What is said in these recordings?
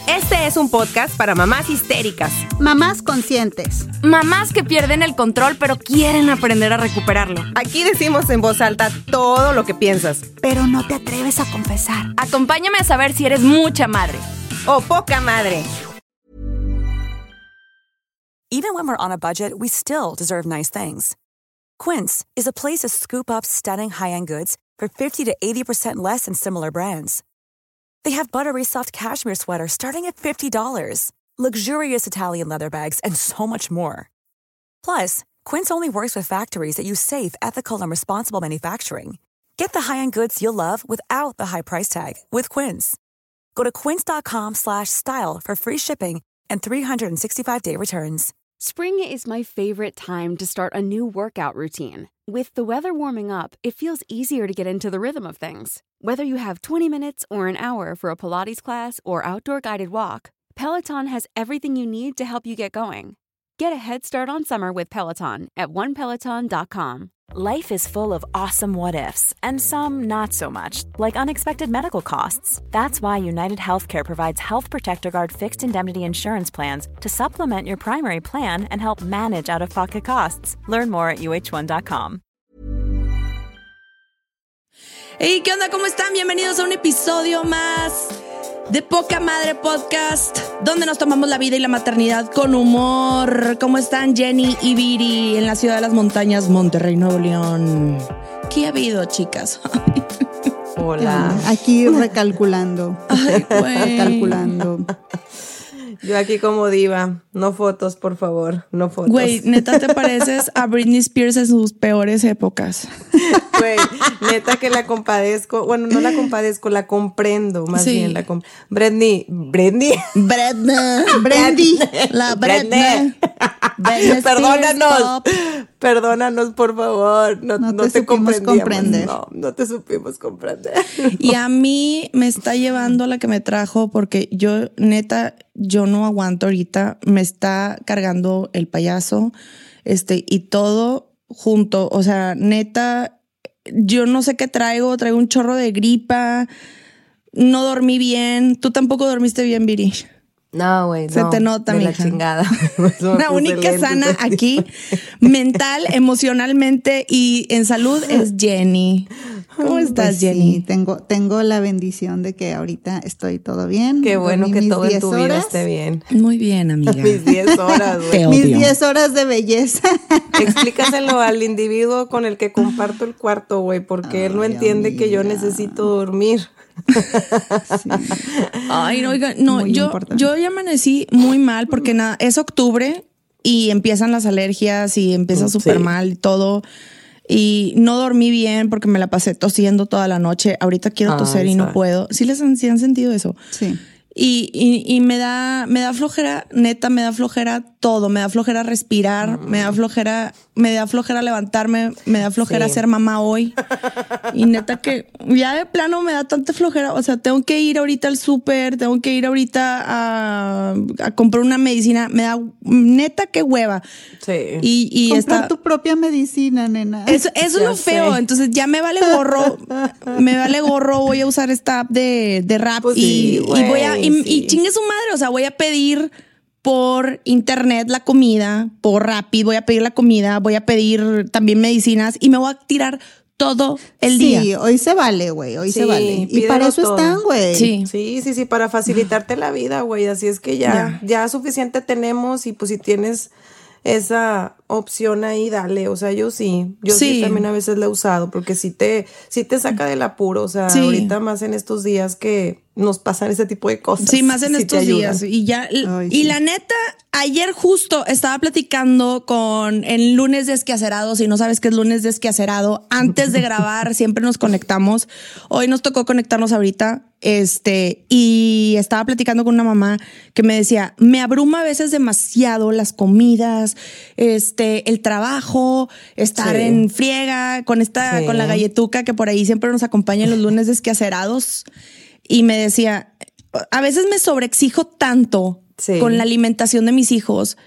Este es un podcast para mamás histéricas, mamás conscientes, mamás que pierden el control pero quieren aprender a recuperarlo. Aquí decimos en voz alta todo lo que piensas, pero no te atreves a confesar. Acompáñame a saber si eres mucha madre o poca madre. Even when we're on a budget, we still deserve nice things. Quince is a place to scoop up stunning high-end goods for 50 to 80% less than similar brands. They have buttery soft cashmere sweaters starting at $50, luxurious Italian leather bags, and so much more. Plus, Quince only works with factories that use safe, ethical, and responsible manufacturing. Get the high-end goods you'll love without the high price tag with Quince. Go to quince.com/style for free shipping and 365-day returns. Spring is my favorite time to start a new workout routine. With the weather warming up, it feels easier to get into the rhythm of things. Whether you have 20 minutes or an hour for a Pilates class or outdoor guided walk, Peloton has everything you need to help you get going. Get a head start on summer with Peloton at onepeloton.com. Life is full of awesome what-ifs, and some not so much, like unexpected medical costs. That's why United Healthcare provides Health Protector Guard fixed indemnity insurance plans to supplement your primary plan and help manage out-of-pocket costs. Learn more at uh1.com. Hey, ¿qué onda? ¿Cómo están? Bienvenidos a un episodio más de Poca Madre Podcast, donde nos tomamos la vida y la maternidad con humor. ¿Cómo están Jenny y Viri en la ciudad de las montañas, Monterrey, Nuevo León? ¿Qué ha habido, chicas? Hola. Aquí recalculando. Ay, güey. Recalculando. Yo aquí como diva. No fotos, por favor. No fotos. Güey, neta te pareces a Britney Spears en sus peores épocas. Güey, neta que la compadezco. Bueno, no la compadezco, la comprendo. Más bien la Britney. La Britney. Perdónanos, por favor. No te comprendíamos. No te supimos comprender. Y a mí me está llevando la que me trajo porque yo, neta, yo no aguanto ahorita. Me está cargando el payaso, y todo junto. O sea, neta, yo no sé qué traigo un chorro de gripa. No dormí bien. Tú tampoco dormiste bien, Viri. No, güey, Se te nota, mija. La chingada. La única sana aquí, mental, emocionalmente y en salud, es Jenny. ¿Cómo estás, pues Jenny? Sí, tengo la bendición de que ahorita estoy todo bien. Qué bueno que todo en tu vida esté bien. Muy bien, amiga. Mis 10 horas, güey. Mis 10 horas de belleza. Explícaselo al individuo con el que comparto el cuarto, güey, porque él no entiende, amiga, que yo necesito dormir. Sí. Ay, no, oiga, no, yo ya amanecí muy mal porque nada, es octubre y empiezan las alergias y empieza súper mal y todo. Y no dormí bien porque me la pasé tosiendo toda la noche. Ahorita quiero toser y no puedo. ¿Sí han sentido eso? Sí. Y me da flojera, neta, me da flojera todo, me da flojera respirar, me da flojera levantarme, me da flojera ser mamá hoy. Y neta que ya de plano me da tanta flojera, o sea, tengo que ir ahorita al súper, tengo que ir ahorita a comprar una medicina, me da neta que hueva. Sí. Y comprar tu propia medicina, nena. Eso es lo feo, sé. Entonces ya me vale gorro, voy a usar esta app de Rap, pues y voy a y chingue su madre, o sea, voy a pedir por internet la comida, por Rappi, voy a pedir la comida, voy a pedir también medicinas y me voy a tirar todo el día. Sí, hoy se vale, güey, hoy se vale. Y para eso todo están, güey. Sí, para facilitarte la vida, güey, así es que ya suficiente tenemos y pues si tienes esa opción ahí, dale, o sea, yo sí también a veces la he usado porque sí te saca del apuro, o sea, ahorita más en estos días que nos pasan ese tipo de cosas. Sí, más en estos días. Y ya, la neta, ayer justo estaba platicando con el lunes desquacerado. Si no sabes qué es lunes desquacerado, antes de grabar siempre nos conectamos. Hoy nos tocó conectarnos ahorita. Y estaba platicando con una mamá que me decía, me abruma a veces demasiado las comidas, el trabajo, estar en friega con la galletuca que por ahí siempre nos acompaña en los lunes desquacerados. Y me decía, a veces me sobreexijo tanto con la alimentación de mis hijos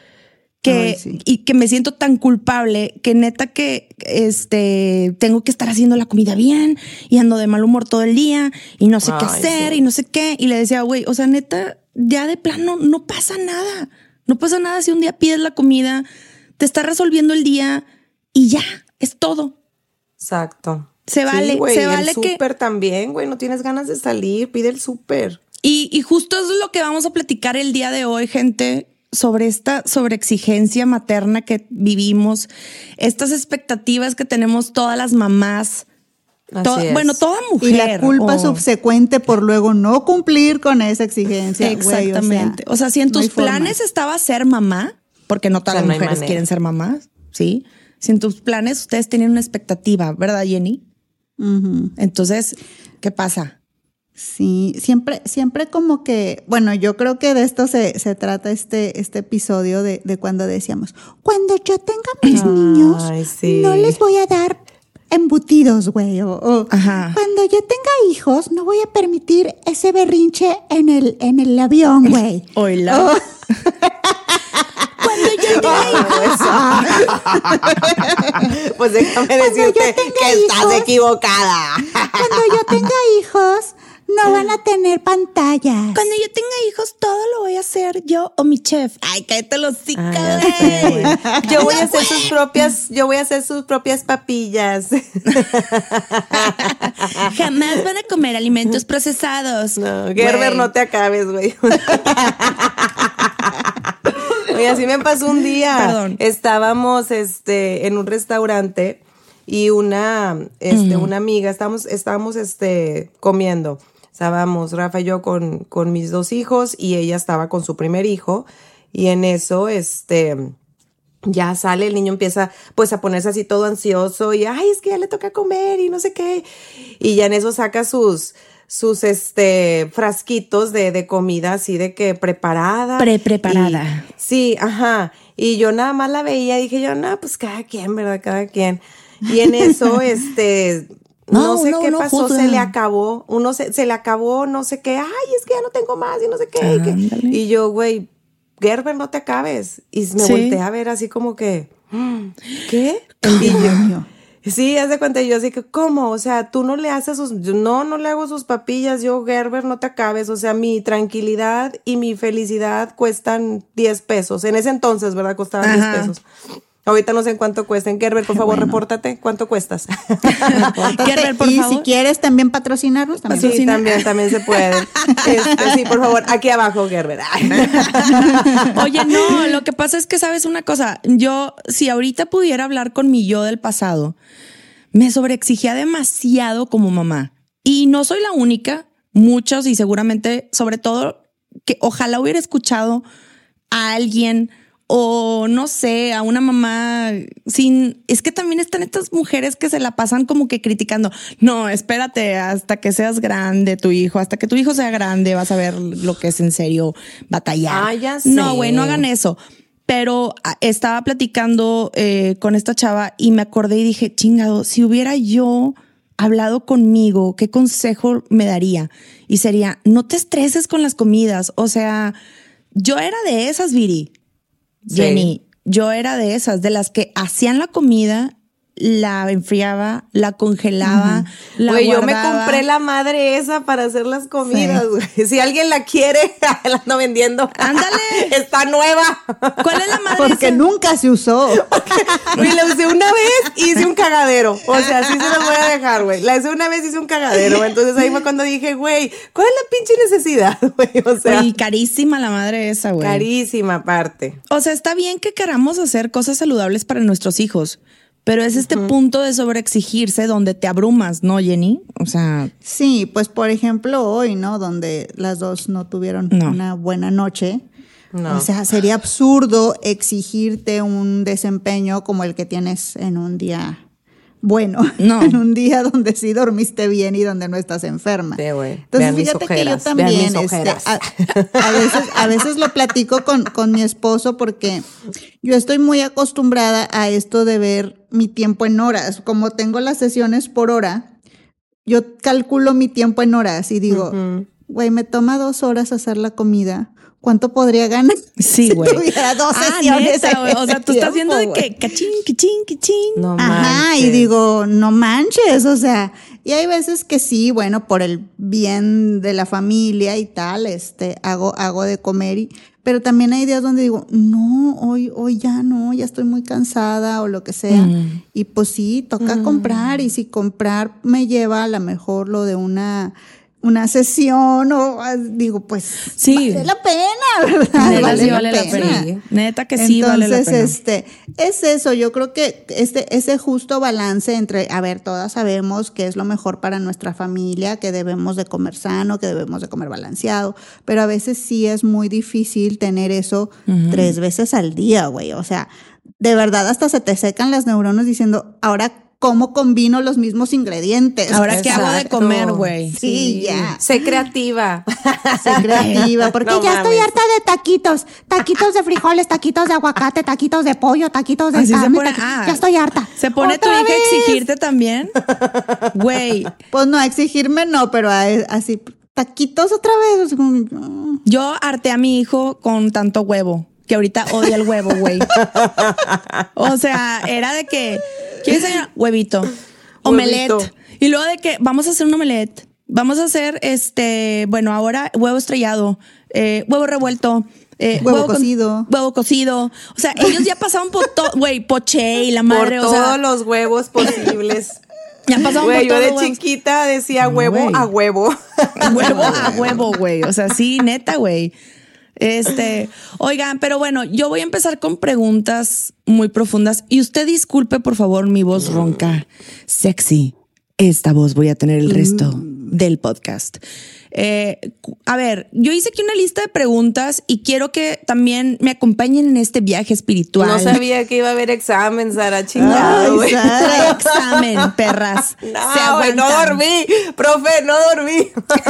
y que me siento tan culpable que neta que tengo que estar haciendo la comida bien y ando de mal humor todo el día y no sé qué hacer y no sé qué. Y le decía, güey, o sea, neta, ya de plano no pasa nada. No pasa nada si un día pides la comida, te está resolviendo el día y ya, es todo. Exacto. Se vale, güey, se vale el súper también, güey, no tienes ganas de salir, pide el súper. Y justo eso es lo que vamos a platicar el día de hoy, gente, sobre esta sobreexigencia materna que vivimos, estas expectativas que tenemos todas las mamás. Bueno, toda mujer. Y la culpa subsecuente por luego no cumplir con esa exigencia. Exactamente. Güey, o sea, si en tus planes estaba ser mamá, porque no todas las mujeres quieren ser mamás, ¿sí? Si en tus planes ustedes tenían una expectativa, ¿verdad, Jenny? Uh-huh. Entonces, ¿qué pasa? Sí, siempre como que, bueno, yo creo que de esto se trata este episodio de cuando decíamos, cuando yo tenga mis niños, no les voy a dar embutidos, güey, o cuando yo tenga hijos, no voy a permitir ese berrinche en el avión, güey. Oila. Cuando yo tenga hijos. Pues déjame decirte que estás equivocada. Cuando yo tenga hijos, no van a tener pantalla. Cuando yo tenga hijos, todo lo voy a hacer yo o mi chef. Ay, cállate los hocico. Yo voy a hacer sus propias papillas. Jamás van a comer alimentos procesados. No, Gerber, no te acabes, güey. Oye, así me pasó un día. Perdón. Estábamos en un restaurante y una amiga, estábamos comiendo. Estábamos Rafa y yo con mis 2 hijos y ella estaba con su primer hijo y en eso ya sale, el niño empieza pues a ponerse así todo ansioso y ay, es que ya le toca comer y no sé qué. Y ya en eso saca sus frasquitos de comida así de que preparada. Preparada. Sí, ajá. Y yo nada más la veía y dije yo, no, pues cada quien, ¿verdad? Cada quien. Y en eso, no sé qué pasó, se le acabó, se le acabó, no sé qué, ay, es que ya no tengo más y no sé qué. Y yo, güey, Gerber, no te acabes. Y me volteé a ver así como que, ¿qué? Y yo, sí, haz de cuenta, yo así que, ¿cómo? O sea, tú no le haces no le hago sus papillas, yo, Gerber, no te acabes. O sea, mi tranquilidad y mi felicidad cuestan 10 pesos. En ese entonces, ¿verdad? Costaban 10 pesos. Ahorita no sé en cuánto cuesten. Gerber, por favor, repórtate. ¿Cuánto cuestas? Gerber, por favor. Si quieres también patrocinarnos, también. Sí, también se puede. Sí, por favor, aquí abajo, Gerber. Oye, no, lo que pasa es que, ¿sabes una cosa? Yo, si ahorita pudiera hablar con mi yo del pasado, me sobreexigía demasiado como mamá. Y no soy la única, muchos y seguramente, sobre todo, que ojalá hubiera escuchado a alguien o no sé, a una mamá es que también están estas mujeres que se la pasan como que criticando. No, espérate hasta que seas grande tu hijo, hasta que tu hijo sea grande vas a ver lo que es en serio batallar. Ah, ya sé. No, güey, no hagan eso. Pero estaba platicando con esta chava y me acordé y dije, chingado, si hubiera yo hablado conmigo, ¿qué consejo me daría? Y sería, no te estreses con las comidas. O sea, yo era de esas, Viri. Jenny, yo era de esas, de las que hacían la comida, la enfriaba, la congelaba, la guardaba. Yo me compré la madre esa para hacer las comidas, güey. Si alguien la quiere, la ando vendiendo. ¡Ándale! Está nueva. ¿Cuál es la madre Porque esa? Nunca se usó. Güey, la usé una vez y hice un cagadero. O sea, sí se los voy a dejar, güey. La usé una vez y hice un cagadero. Entonces ahí fue cuando dije, güey, ¿cuál es la pinche necesidad, güey? O sea. Y carísima la madre esa, güey. Carísima aparte. O sea, está bien que queramos hacer cosas saludables para nuestros hijos, pero es este punto de sobreexigirse donde te abrumas, ¿no, Jenny? O sea. Sí, pues por ejemplo hoy, ¿no? Donde las dos no tuvieron una buena noche. No. O sea, sería absurdo exigirte un desempeño como el que tienes en un día bueno. No. En un día donde sí dormiste bien y donde no estás enferma. Sí, güey. Entonces, fíjate que yo también a veces lo platico con mi esposo porque yo estoy muy acostumbrada a esto de ver mi tiempo en horas. Como tengo las sesiones por hora, yo calculo mi tiempo en horas y digo, güey, me toma 2 horas hacer la comida. ¿Cuánto podría ganar? Sí, güey. Si tuviera 2 sesiones. Neta, güey. O sea, tú estás viendo de que cachín. No Ajá, manches. y digo, no manches, o sea, y hay veces que sí, bueno, por el bien de la familia y tal, hago de comer pero también hay días donde digo, no, hoy ya no, ya estoy muy cansada o lo que sea. Y pues sí, toca comprar, y si comprar me lleva a lo mejor lo de una sesión o digo, pues sí, vale la pena, ¿verdad? Neta, vale sí la vale la pena. pena. Neta que sí vale la pena. Entonces, es eso, yo creo que ese justo balance entre, a ver, todas sabemos que es lo mejor para nuestra familia, que debemos de comer sano, que debemos de comer balanceado, pero a veces sí es muy difícil tener eso 3 veces al día, güey, o sea, de verdad hasta se te secan las neuronas diciendo, ahora ¿cómo combino los mismos ingredientes? Ahora, ¿qué hago de comer, güey? Sí, ya. Sé creativa. Sé creativa, porque No ya estoy mames. harta de taquitos de frijoles, taquitos de aguacate, taquitos de pollo, taquitos de Así se carne, pone- ya estoy harta. ¿Se pone tu ¿Otra hija a vez? exigirte también? Güey, Pues no, a exigirme no, pero así, taquitos otra vez. Así como, yo harté a mi hijo con tanto huevo, que ahorita odia el huevo, güey. O sea, era de que, ¿quieres hacer huevito? Omelette. Huevito. Y luego de que vamos a hacer un omelette. Vamos a hacer, bueno, ahora huevo estrellado, huevo revuelto. Huevo cocido. Huevo cocido. O sea, ellos ya pasaron por todo, güey, poché y la madre. Por o sea, todos los huevos posibles. ya pasaron Güey, por yo de todo, güey. chiquita decía huevo güey. a huevo. Huevo a huevo, güey. O sea, sí, neta, güey. Oigan, pero bueno, yo voy a empezar con preguntas muy profundas y usted disculpe, por favor, mi voz ronca, sexy. Esta voz voy a tener el resto del podcast. A ver, yo hice aquí una lista de preguntas y quiero que también me acompañen en este viaje espiritual. No sabía que iba a haber examen, Sara, chingada, Ay, güey. Sara. Hay examen, perras. Se No, güey, no aguantan. dormí. Profe, no dormí.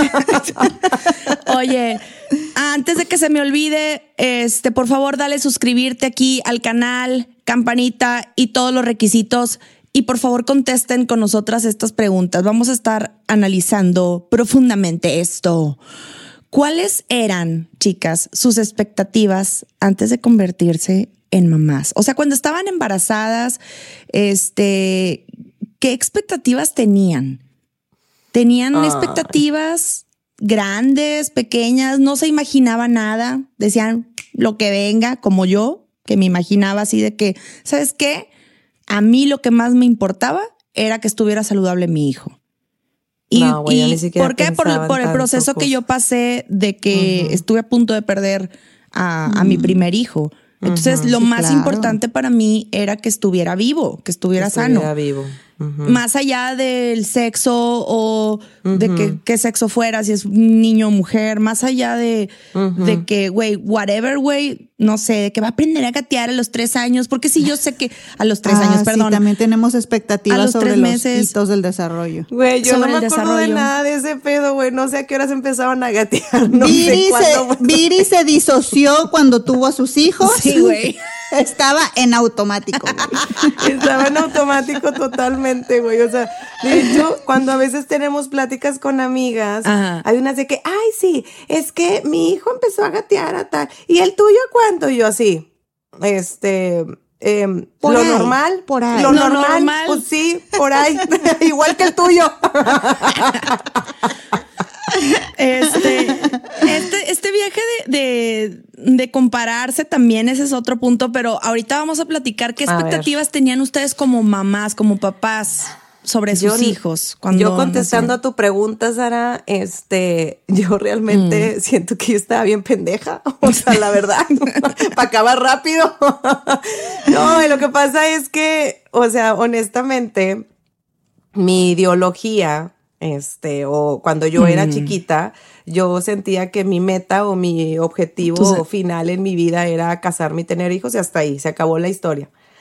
Oye, antes de que se me olvide, por favor, dale suscribirte aquí al canal, campanita y todos los requisitos. Y por favor, contesten con nosotras estas preguntas. Vamos a estar analizando profundamente esto. ¿Cuáles eran, chicas, sus expectativas antes de convertirse en mamás? O sea, cuando estaban embarazadas, ¿qué expectativas tenían? ¿Tenían expectativas grandes, pequeñas? ¿No se imaginaba nada? Decían lo que venga, como yo, que me imaginaba así de que, ¿sabes qué? A mí lo que más me importaba era que estuviera saludable mi hijo. Y, No, güey, yo ni siquiera ¿por qué? Por el pensaba en proceso tanto, que pues. yo pasé de que estuve a punto de perder a mi primer hijo. Entonces, lo sí, más claro. importante para mí era que estuviera vivo, que estuviera sano. Estuviera vivo. Más allá del sexo o de qué sexo fuera, si es niño o mujer, más allá de que, güey, whatever, güey, no sé, de que va a aprender a gatear a los 3 años, porque sí, yo sé que a los 3 años, perdón. Sí, también tenemos A expectativas los sobre 3 los meses. hitos del desarrollo. Güey, yo Sobre no me el acuerdo de desarrollo. nada de ese pedo, güey. No sé a qué horas empezaban a gatear. No Viri, sé cuándo. Viri se disoció cuando tuvo a sus hijos. Sí, güey. Estaba en automático, güey. Estaba en automático totalmente, güey. O sea, de hecho, cuando a veces tenemos pláticas con amigas, Ajá. hay unas de que, ay, sí, es que mi hijo empezó a gatear a tal. ¿Y el tuyo cuánto? Y yo así, Por lo ahí, normal. por ahí. Lo Lo normal, normal. pues sí, por ahí. Igual que el tuyo. Este viaje de compararse también, ese es otro punto, pero ahorita vamos a platicar qué A ver. expectativas tenían ustedes como mamás, como papás sobre sus hijos. Yo contestando a tu pregunta, Sara, yo realmente siento que yo estaba bien pendeja, o sea, la verdad, para acabar rápido. No, lo que pasa es que, o sea, honestamente, mi ideología, o cuando yo era chiquita, yo sentía que mi meta o mi objetivo final en mi vida era casarme y tener hijos y hasta ahí, se acabó la historia.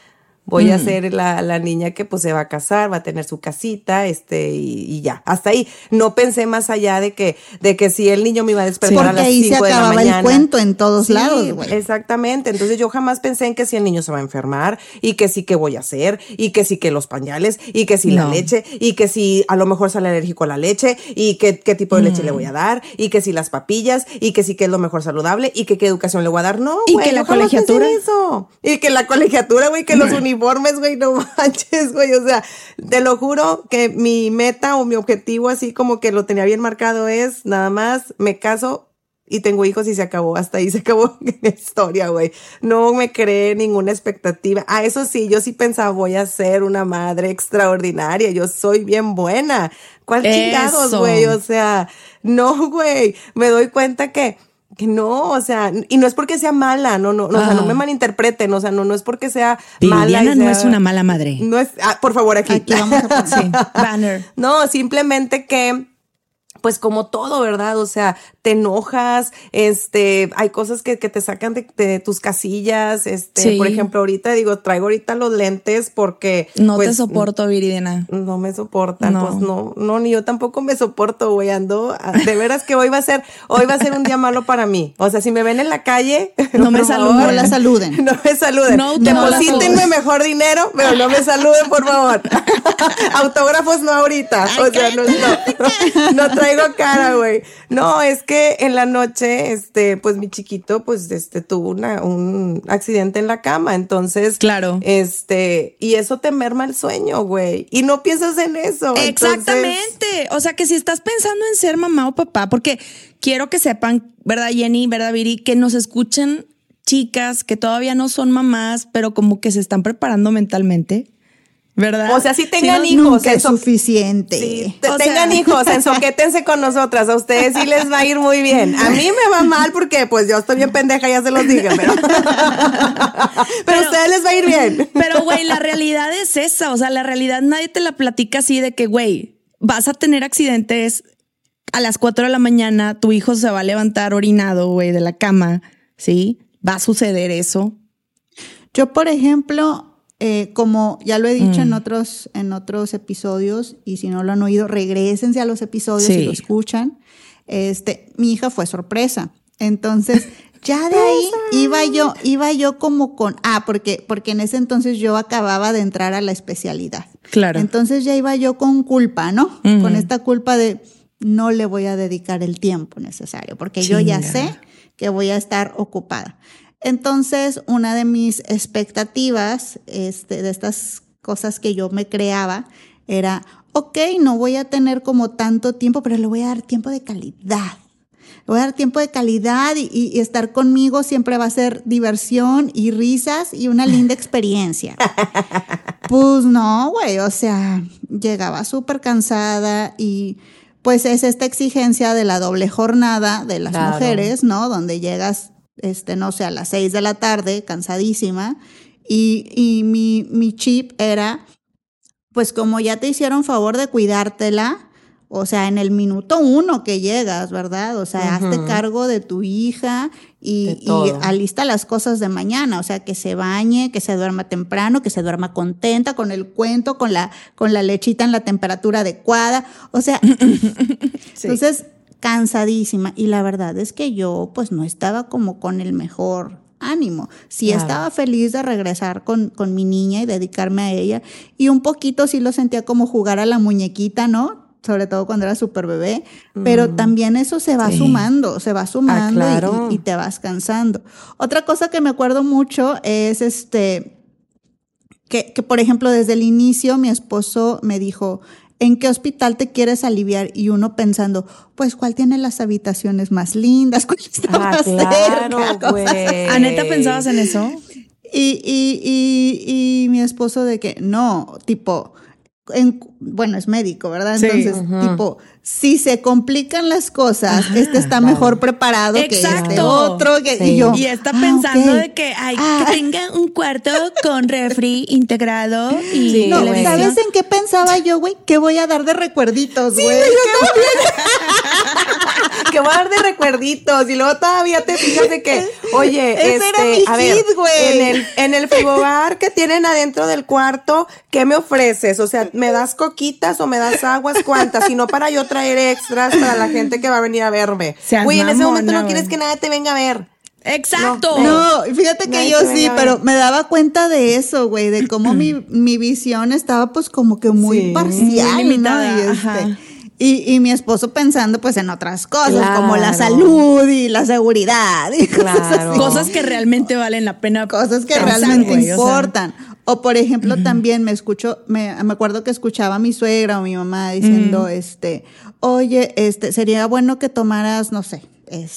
voy a ser la niña que pues se va a casar, va a tener su casita, y ya, hasta ahí. No pensé más allá de que si el niño me iba a despertar a las 5 de la mañana. Porque ahí se acababa el cuento en todos lados, güey. Exactamente, entonces yo jamás pensé en que si el niño se va a enfermar, y que sí que voy a hacer, y que sí que los pañales, y que si la leche, y que si a lo mejor sale alérgico a la leche, y qué tipo de leche le voy a dar, y que si las papillas, y que sí que es lo mejor saludable, y que qué educación le voy a dar. No, güey, y que la colegiatura. Eso. Y que la colegiatura, güey, que los uniformes, güey, no manches, güey. O sea, te lo juro que mi meta o mi objetivo, así como que lo tenía bien marcado, es nada más me caso y tengo hijos y se acabó. Hasta ahí se acabó la historia, güey. No me creé ninguna expectativa. Eso sí, yo sí pensaba, voy a ser una madre extraordinaria. Yo soy bien buena. ¿Cuál chingados, güey? O sea, no, güey. Me doy cuenta que no, o sea, y no es porque sea mala, no, o sea, no me malinterpreten, o sea, no es porque sea mala. Viridiana no es una mala madre. No es, por favor, aquí vamos a poner banner. No, simplemente que, pues como todo, ¿verdad? O sea, te enojas, hay cosas que te sacan de tus casillas, por ejemplo, traigo ahorita los lentes porque no pues, te soporto, Viridiana. No me soportan, pues no, ni yo tampoco me soporto, güey, de veras que hoy va a ser un día malo para mí. O sea, si me ven en la calle, no me saluden, no la saluden. No me saluden. Deposítenme mejor dinero, pero no me saluden, por favor. Autógrafos no ahorita. Ay, o sea, no traigo cara, güey. No, es que en la noche, pues mi chiquito, pues, tuvo un accidente en la cama. Entonces, claro. Y eso te merma el sueño, güey. Y no piensas en eso. Exactamente. Entonces, o sea, que si estás pensando en ser mamá o papá, porque quiero que sepan, ¿verdad, Jenny? ¿Verdad, Viri? Que nos escuchan chicas que todavía no son mamás, pero como que se están preparando mentalmente. ¿Verdad? O sea, si tengan hijos. Nunca es suficiente. Sí, tengan hijos, ensoquétense con nosotras. A ustedes sí les va a ir muy bien. A mí me va mal porque pues yo estoy bien pendeja, ya se los dije, pero a ustedes les va a ir bien. Pero, güey, la realidad es esa. O sea, la realidad nadie te la platica así de que, güey, vas a tener accidentes a las 4 de la mañana, tu hijo se va a levantar orinado, güey, de la cama, ¿sí? Va a suceder eso. Yo, por ejemplo... como ya lo he dicho en otros episodios, y si no lo han oído, regrésense a los episodios y lo escuchan. Mi hija fue sorpresa. Entonces, ya de ahí iba yo como con, porque en ese entonces yo acababa de entrar a la especialidad. Claro. Entonces ya iba yo con culpa, ¿no? Uh-huh. Con esta culpa de no le voy a dedicar el tiempo necesario, porque yo ya sé que voy a estar ocupada. Entonces, una de mis expectativas, de estas cosas que yo me creaba, era, no voy a tener como tanto tiempo, pero le voy a dar tiempo de calidad. Le voy a dar tiempo de calidad y estar conmigo siempre va a ser diversión y risas y una linda experiencia. Pues no, güey, o sea, llegaba súper cansada y pues es esta exigencia de la doble jornada de las mujeres, ¿no? Donde llegas... no sé, a las 6 de la tarde, cansadísima, y mi chip era, pues como ya te hicieron favor de cuidártela, o sea, en el minuto 1 que llegas, ¿verdad? O sea, hazte cargo de tu hija y alista las cosas de mañana, o sea, que se bañe, que se duerma temprano, que se duerma contenta, con el cuento, con la lechita en la temperatura adecuada, o sea, entonces... cansadísima, y la verdad es que yo pues no estaba como con el mejor ánimo. Sí estaba feliz de regresar con mi niña y dedicarme a ella, y un poquito sí lo sentía como jugar a la muñequita, ¿no? Sobre todo cuando era súper bebé, pero también eso se va sumando claro. y te vas cansando. Otra cosa que me acuerdo mucho es que por ejemplo desde el inicio mi esposo me dijo, ¿en qué hospital te quieres aliviar? Y uno pensando, pues, ¿cuál tiene las habitaciones más lindas? ¿Cuál está más cerca? ¿A neta pensabas en eso? Y mi esposo de que, no, tipo, bueno, es médico, ¿verdad? Entonces, tipo, si se complican las cosas, está mejor preparado que otro. Y está pensando de que que tenga un cuarto con refri integrado y no, ¿sabes en qué pensaba yo, güey? ¿Qué voy a dar de recuerditos, güey? Sí, yo también. Que voy a dar de recuerditos. Y luego todavía te fijas de que, oye, era mi a ver, hit, güey. en el frigobar que tienen adentro del cuarto, ¿qué me ofreces? O sea, ¿me das coquitas o me das aguas? ¿Cuántas? Si no, para yo traer extras para la gente que va a venir a verme. Güey, en ese momento no quieres que nadie te venga a ver. Exacto. No, fíjate que yo sí, pero me daba cuenta de eso, güey, de cómo mi visión estaba pues como que muy parcial, muy limitada, ¿no? Y mi esposo pensando pues en otras cosas, como la salud y la seguridad y cosas así. Cosas que realmente valen la pena. Cosas que realmente importan. O por ejemplo, también me acuerdo que escuchaba a mi suegra o mi mamá diciendo, oye, sería bueno que tomaras, no sé,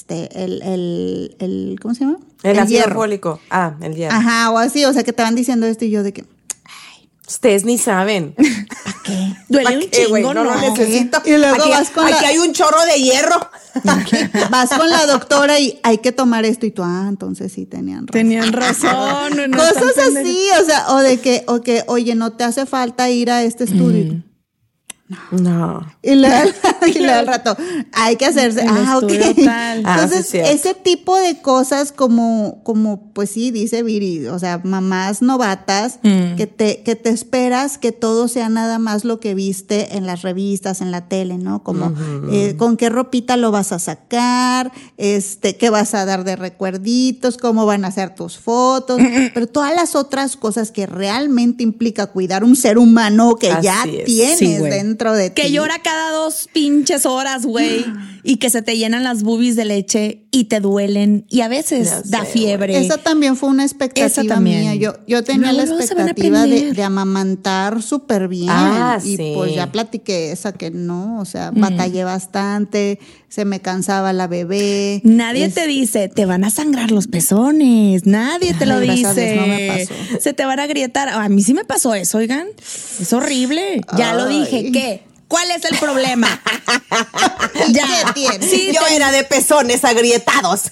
el ¿cómo se llama? El ácido fólico. Ah, el hierro. Ajá, o así, o sea, que te van diciendo esto y yo de que, ustedes ni saben. ¿Para qué? Duele un chingo, güey, no lo necesito. Y luego aquí hay un chorro de hierro. Vas con la doctora y hay que tomar esto y tú, entonces sí tenían razón. Tenían razón. No cosas así, o sea, o que, oye, no te hace falta ir a este estudio. No. Y luego al rato, hay que hacerse. Ok. Entonces, sí, ese tipo de cosas como, pues sí, dice Viri, o sea, mamás novatas, que te esperas que todo sea nada más lo que viste en las revistas, en la tele, ¿no? Como, con qué ropita lo vas a sacar, qué vas a dar de recuerditos, cómo van a ser tus fotos, pero todas las otras cosas que realmente implica cuidar un ser humano que así ya tienes dentro de ti. Que llora cada 2 pinches horas, güey. Y que se te llenan las boobies de leche y te duelen. Y a veces da fiebre. Esa también fue una expectativa mía. Yo tenía la expectativa de amamantar súper bien. Y pues ya platiqué esa que no. O sea, batallé bastante. Se me cansaba la bebé. Nadie te dice, te van a sangrar los pezones. Nadie te lo dice. A Dios, no me pasó. Se te van a agrietar. A mí sí me pasó eso, oigan. Es horrible. Ya lo dije. ¿Qué? ¿Cuál es el problema? Ya. ¿Qué tienes? Sí, yo era de pezones agrietados.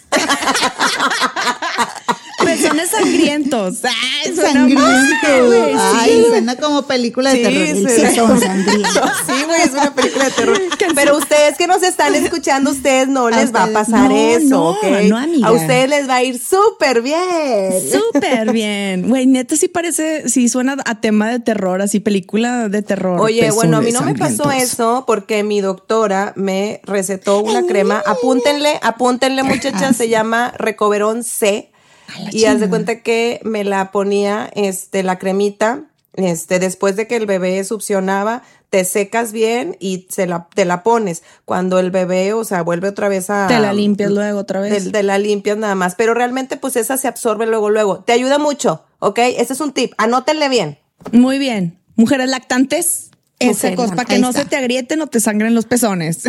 Pezones sangrientos. Ay, sangrientos. Ay, suena como película de terror. El pezón sangriento. Sí, güey, es una película de terror. Pero ustedes que nos están escuchando, ustedes no les va a pasar eso, ¿ok? No, amiga. A ustedes les va a ir súper bien. Súper bien. Güey, neta sí suena a tema de terror, así película de terror. Oye, bueno, a mí no me pasó eso porque mi doctora me recetó una crema. Apúntenle, muchachas, se llama Recoverón C. Y haz de cuenta que me la ponía, la cremita, después de que el bebé succionaba, te secas bien y te la pones. Cuando el bebé, o sea, vuelve otra vez a... Te la limpias luego otra vez. Te la limpias nada más. Pero realmente, pues esa se absorbe luego. Te ayuda mucho, ¿ok? Ese es un tip. Anótenle bien. Muy bien. Mujeres lactantes, esa cosa, para que no se te agrieten o te sangren los pezones.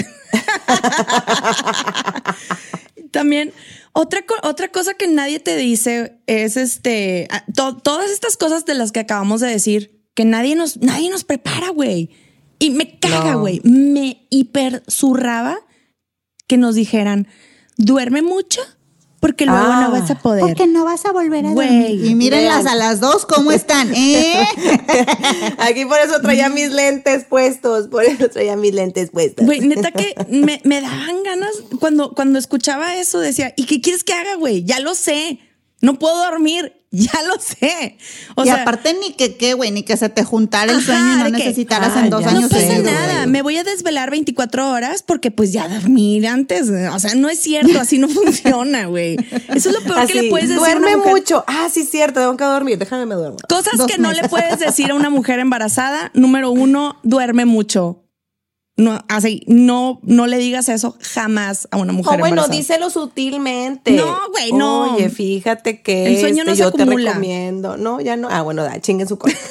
También... Otra cosa que nadie te dice es todas estas cosas de las que acabamos de decir, que nadie nos prepara, güey. Y me caga, güey. Me hiper zurraba que nos dijeran, duerme mucho porque luego no vas a poder. Porque no vas a volver a dormir. Y mírenlas a las 2 cómo están, Aquí por eso traía mis lentes puestos. Güey, neta que me daban ganas cuando escuchaba eso, decía, ¿y qué quieres que haga, güey? Ya lo sé. No puedo dormir. Ya lo sé. O sea, aparte ni que se te juntara el sueño y no necesitaras en 2 años. No pasa nada. Güey. Me voy a desvelar 24 horas porque pues ya dormí antes. O sea, no es cierto. Así no funciona, güey. Eso es lo peor que le puedes decir a una mujer. Duerme mucho. Sí, cierto. Tengo que dormir. Déjame me duermo. Cosas que no le puedes decir a una mujer embarazada. Número 1, duerme mucho. No le digas eso jamás a una mujer embarazada. Bueno, díselo sutilmente. No, güey, no. Oye, fíjate que el sueño no se acumula. Te recomiendo. No, ya no. Bueno, chinguen su cola.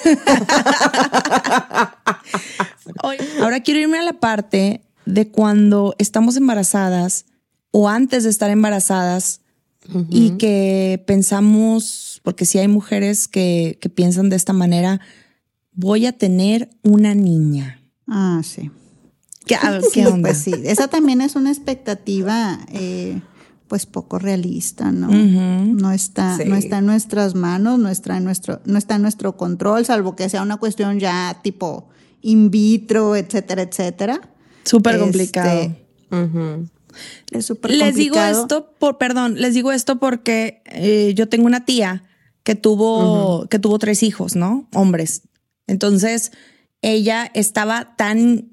Ahora quiero irme a la parte de cuando estamos embarazadas o antes de estar embarazadas y que pensamos, porque sí hay mujeres que piensan de esta manera, voy a tener una niña. Sí. ¿Qué onda? Pues sí, esa también es una expectativa pues poco realista, ¿no? No está en nuestras manos, no está en nuestro control, salvo que sea una cuestión ya tipo in vitro, etcétera, etcétera. Súper complicado. Es súper complicado. Les digo esto porque yo tengo una tía que tuvo 3 hijos, ¿no? Hombres. Entonces, ella estaba tan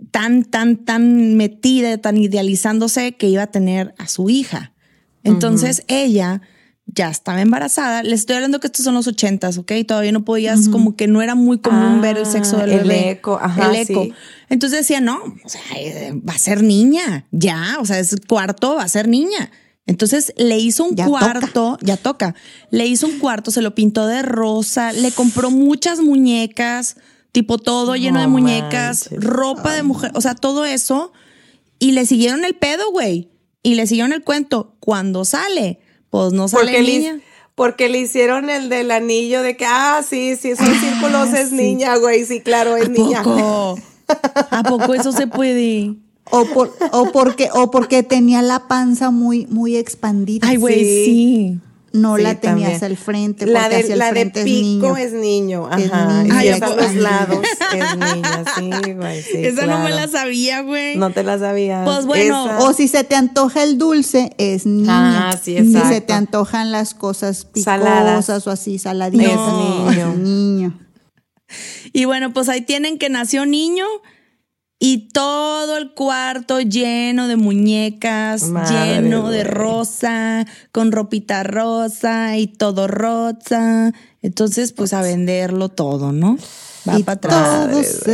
metida, tan idealizándose que iba a tener a su hija. Entonces, ella ya estaba embarazada. Les estoy hablando que estos son los 80s, ¿ok? Todavía no podías, como que no era muy común ver el sexo del bebé. Eco, el eco. Sí. Entonces decía, no, o sea, va a ser niña, ya, o sea, es cuarto, va a ser niña. Entonces le hizo un cuarto, ya toca. Le hizo un cuarto, se lo pintó de rosa, le compró muchas muñecas, tipo todo lleno de muñecas, ropa de mujer, o sea, todo eso. Y le siguieron el pedo, güey. Y le siguieron el cuento. Cuando sale, pues no sale niña. Porque le hicieron el del anillo de que, sí, son círculos, es niña, güey. Sí, claro, es niña. ¿A poco eso se puede? O porque tenía la panza muy expandida. Ay, güey, sí. No la tenías al frente. La de pico es niño. Ajá. Y a los lados es niña. Sí, güey. Sí, esa no me la sabía, güey. No te la sabías. Pues bueno. O si se te antoja el dulce, es niña. Sí, exacto. Si se te antojan las cosas picosas saladas o así, saladitas. Es niño. Y bueno, pues ahí tienen que nació niño. Y todo el cuarto lleno de muñecas, lleno de rosa, con ropita rosa y todo rosa. Entonces, pues a venderlo todo, ¿no? Va para atrás. Todo se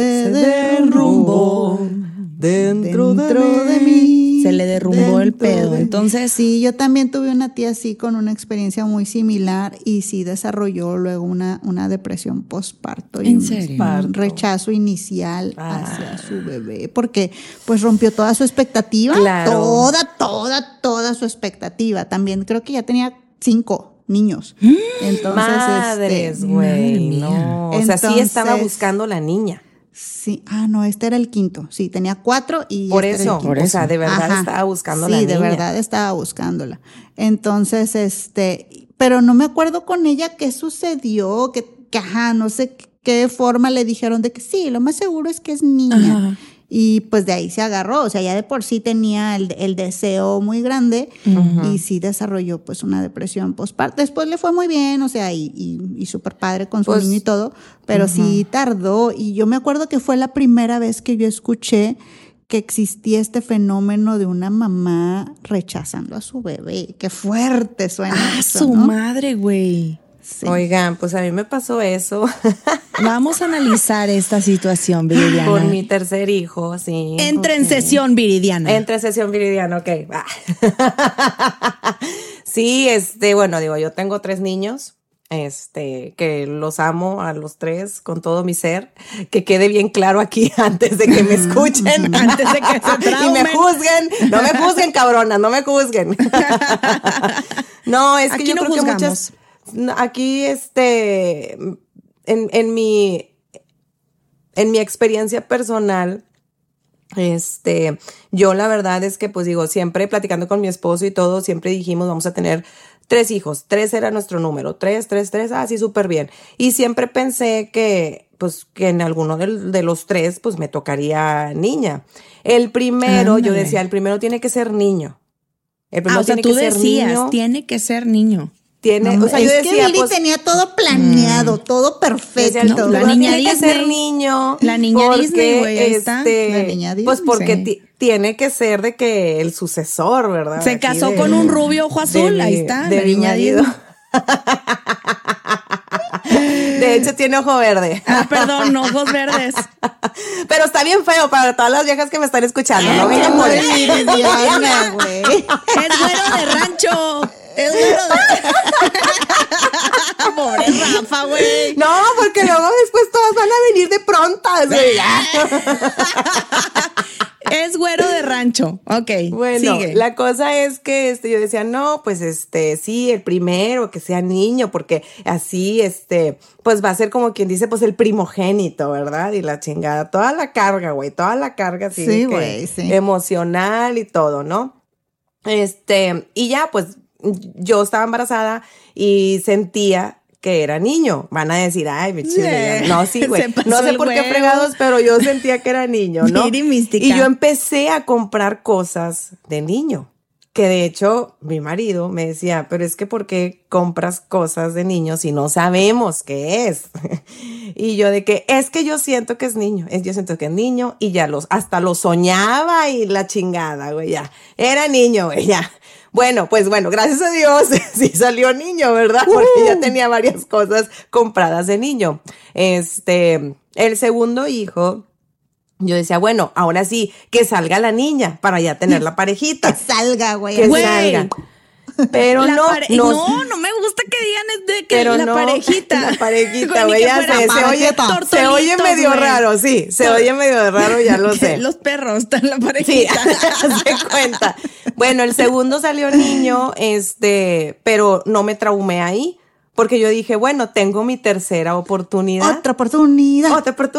derrumbó dentro de mí. Se le derrumbó el pedo. Entonces, sí, yo también tuve una tía así con una experiencia muy similar y sí desarrolló luego una depresión postparto. ¿En serio? Un rechazo inicial hacia su bebé porque pues rompió toda su expectativa. Claro. Toda su expectativa. También creo que ya tenía 5 niños. Entonces, madres, güey, no. O sea, sí estaba buscando la niña. Sí, no, este era el quinto. Sí, tenía 4 y por eso, o sea, de verdad estaba buscando la niña. Sí, de verdad estaba buscándola. Entonces, pero no me acuerdo con ella qué sucedió, que no sé qué forma le dijeron de que sí, lo más seguro es que es niña. Ajá. Y pues de ahí se agarró, o sea, ya de por sí tenía el deseo muy grande y sí desarrolló pues una depresión postparto. Después le fue muy bien, o sea, y súper padre con su niño y todo, pero sí tardó. Y yo me acuerdo que fue la primera vez que yo escuché que existía este fenómeno de una mamá rechazando a su bebé. Qué fuerte suena eso, su ¿no? madre, güey. Sí. Oigan, pues a mí me pasó eso. Vamos a analizar esta situación, Viridiana. Por mi tercer hijo, sí. Entra en sesión, Viridiana. Entra en sesión, Viridiana, ok. Sí, bueno, digo, yo tengo 3 niños, que los amo a los 3 con todo mi ser. Que quede bien claro aquí antes de que me escuchen, antes de que se traumen. Y me juzguen. No me juzguen, cabronas, no me juzguen. No, es que aquí yo creo juzgamos. Que muchas... Aquí, en mi experiencia personal, yo la verdad es que, pues digo, siempre platicando con mi esposo y todo, siempre dijimos, vamos a tener 3 hijos. 3 era nuestro número. 3, sí, súper bien. Y siempre pensé que, pues, que en alguno de los 3, pues, me tocaría niña. El primero, yo decía, el primero tiene que ser niño. El primero tiene que ser niño. Tiene que ser niño. O sea, yo decía, que Lili tenía todo planeado, todo perfecto. La niña tiene que ser niño. La niña Disney, güey, ahí está. La niña Disney. Pues porque tiene que ser de que el sucesor, ¿verdad? Se casó con un rubio ojo azul, ahí está. De la niña Disney. De hecho, tiene ojo verde. Perdón, ojos verdes. Pero está bien feo para todas las viejas que me están escuchando. No vengan por eso. Es güero de rancho. Es güero de... Pobre Rafa, güey. No, porque luego después todas van a venir de prontas, güey. Es güero de rancho. Ok, bueno, sigue. La cosa es que yo decía, no, pues sí, el primero, que sea niño, porque así, pues va a ser como quien dice, pues el primogénito, ¿verdad? Y la chingada, toda la carga, güey, así sí, güey, sí. Emocional y todo, ¿no? Y ya, pues, yo estaba embarazada y sentía que era niño. Van a decir, ay, mi chile. No, sí, güey. No sé por qué fregados, pero yo sentía que era niño, ¿no? Y yo empecé a comprar cosas de niño. Que de hecho, mi marido me decía, pero es que ¿por qué compras cosas de niños si no sabemos qué es? Y yo de que, es que yo siento que es niño, yo siento que es niño y ya hasta lo soñaba y la chingada, güey, ya. Era niño, güey, ya. Bueno, pues bueno, gracias a Dios sí salió niño, ¿verdad? Porque ya tenía varias cosas compradas de niño. El segundo hijo, yo decía, bueno, ahora sí, que salga la niña para ya tener la parejita. Que salga, güey. Que salga. Pero no me gusta que digan de que pero la parejita. La parejita, güey, ya sé, se oye medio raro, sí, se oye medio raro, ya lo sé. Los perros están en la parejita. Sí, se cuenta. Bueno, el segundo salió niño, pero no me traumé ahí. Porque yo dije, bueno, tengo mi tercera oportunidad. Otra oportunidad.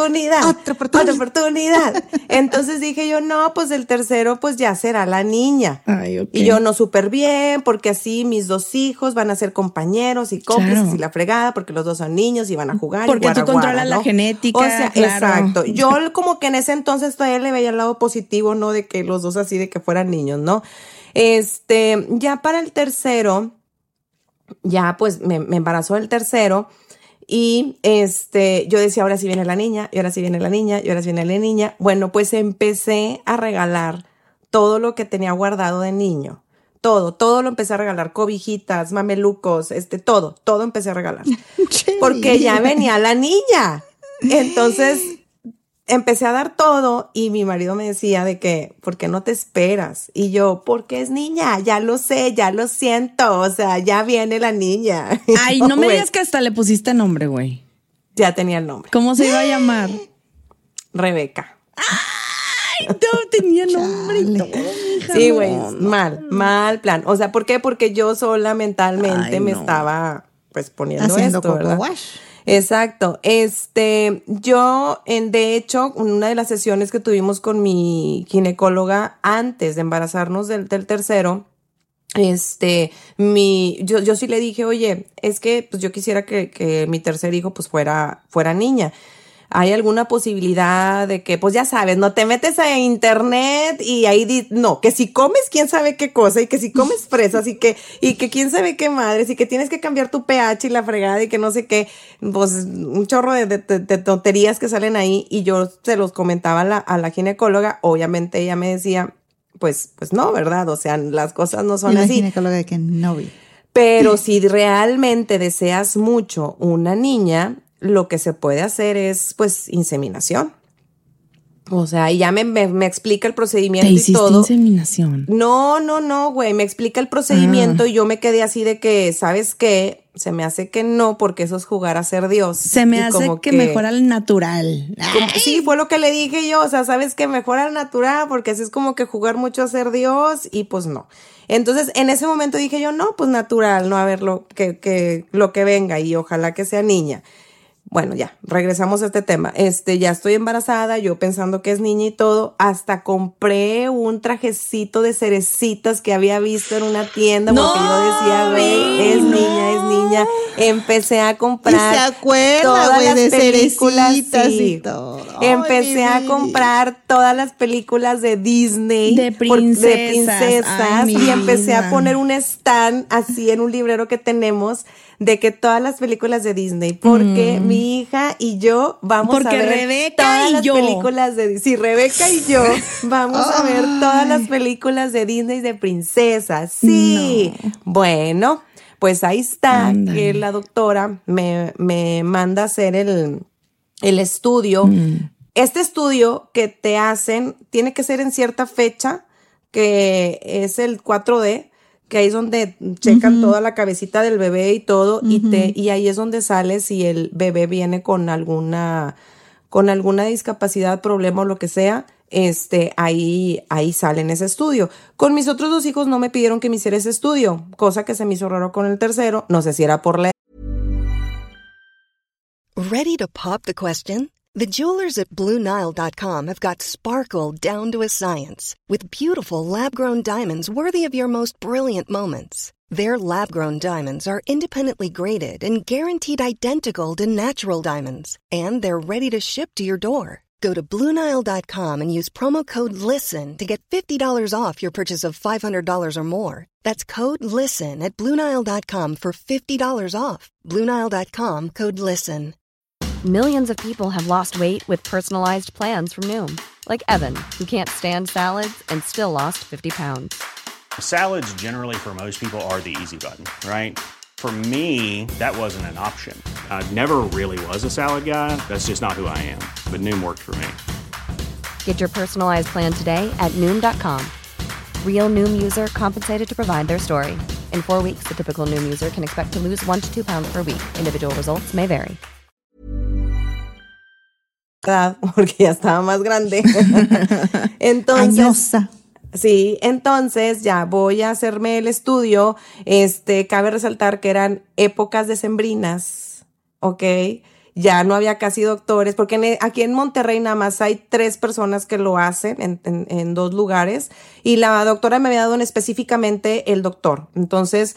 Entonces dije yo, no, pues el tercero pues ya será la niña. Ay, okay. Y yo no súper bien, porque así mis dos hijos van a ser compañeros y cómplices y la fregada, porque los dos son niños y van a jugar. Porque tú controlas la genética. O sea, claro. Exacto. Yo como que en ese entonces todavía le veía el lado positivo, ¿no? De que los dos así de que fueran niños, ¿no? Ya para el tercero, ya pues me embarazó el tercero y yo decía, ahora sí viene la niña, y ahora sí viene la niña, y ahora sí viene la niña. Bueno, pues empecé a regalar todo lo que tenía guardado de niño. Todo lo empecé a regalar, cobijitas, mamelucos, todo empecé a regalar. Porque ya venía la niña. Entonces empecé a dar todo y mi marido me decía de que, ¿por qué no te esperas? Y yo, porque es niña, ya lo sé, ya lo siento, o sea, ya viene la niña. Ay, no me digas que hasta le pusiste nombre, güey. Ya tenía el nombre. ¿Cómo se iba a llamar? Rebeca. Ay, no tenía nombre. No, hija, sí, güey, mal plan. O sea, ¿por qué? Porque yo sola mentalmente me estaba pues poniendo haciendo esto, ¿verdad? Wash. Exacto. Yo, de hecho, en una de las sesiones que tuvimos con mi ginecóloga antes de embarazarnos del tercero, yo sí le dije, oye, es que pues yo quisiera que mi tercer hijo pues fuera niña. ¿Hay alguna posibilidad de que, pues ya sabes, no te metes a internet y ahí no, que si comes quién sabe qué cosa y que si comes fresas y que quién sabe qué madres y que tienes que cambiar tu pH y la fregada y que no sé qué, pues un chorro de tonterías que salen ahí? Y yo se los comentaba a la ginecóloga. Obviamente ella me decía, pues no, ¿verdad? O sea, las cosas no son y así. La ginecóloga de que no vi. Pero si realmente deseas mucho una niña, lo que se puede hacer es, pues, inseminación. O sea, y ya me explica el procedimiento y todo. ¿Te hiciste inseminación? No, güey, me explica el procedimiento y yo me quedé así de que, ¿sabes qué? Se me hace que no, porque eso es jugar a ser Dios. Se me hace que mejor al natural. Sí, fue lo que le dije yo, o sea, ¿sabes qué? Mejor al natural, porque así es como que jugar mucho a ser Dios y pues no. Entonces, en ese momento dije yo, no, pues natural, no, a ver lo que venga y ojalá que sea niña. Bueno, ya, regresamos a este tema. Ya estoy embarazada, yo pensando que es niña y todo, hasta compré un trajecito de cerecitas que había visto en una tienda, porque yo decía, güey, es niña. Empecé a comprar. ¿Y se acuerda, todas las de películas, cerecitas sí. y todo? Empecé a comprar todas las películas de Disney. De princesas. Ay, y empecé a poner un stand así en un librero que tenemos de que todas las películas de Disney, porque mi hija y yo vamos a ver Rebeca todas y las yo. películas de Disney. Sí, Rebeca y yo vamos a ver todas las películas de Disney de princesas. Sí. No. Bueno, pues ahí está. Ándale. Que la doctora me manda a hacer el estudio. Este estudio que te hacen tiene que ser en cierta fecha, que es el 4D, que ahí es donde checan toda la cabecita del bebé y todo, y ahí es donde sale si el bebé viene con alguna discapacidad, problema o lo que sea. Ahí sale en ese estudio. Con mis otros dos hijos no me pidieron que me hiciera ese estudio, cosa que se me hizo raro con el tercero. No sé si era por la... Ready to pop the question? The jewelers at BlueNile.com have got sparkle down to a science with beautiful lab-grown diamonds worthy of your most brilliant moments. Their lab-grown diamonds are independently graded and guaranteed identical to natural diamonds, and they're ready to ship to your door. Go to BlueNile.com and use promo code LISTEN to get $50 off your purchase of $500 or more. That's code LISTEN at BlueNile.com for $50 off. BlueNile.com, code LISTEN. Millions of people have lost weight with personalized plans from Noom. Like Evan, who can't stand salads and still lost 50 pounds. Salads generally for most people are the easy button, right? For me, that wasn't an option. I never really was a salad guy. That's just not who I am. But Noom worked for me. Get your personalized plan today at Noom.com. Real Noom user compensated to provide their story. In 4 weeks, the typical Noom user can expect to lose 1 to 2 pounds per week. Individual results may vary. Porque ya estaba más grande. Entonces... Añosa. Sí, entonces ya voy a hacerme el estudio. Cabe resaltar que eran épocas decembrinas, ¿ok? Ya no había casi doctores, porque aquí en Monterrey nada más hay 3 personas que lo hacen en 2 lugares, y la doctora me había dado específicamente el doctor. Entonces,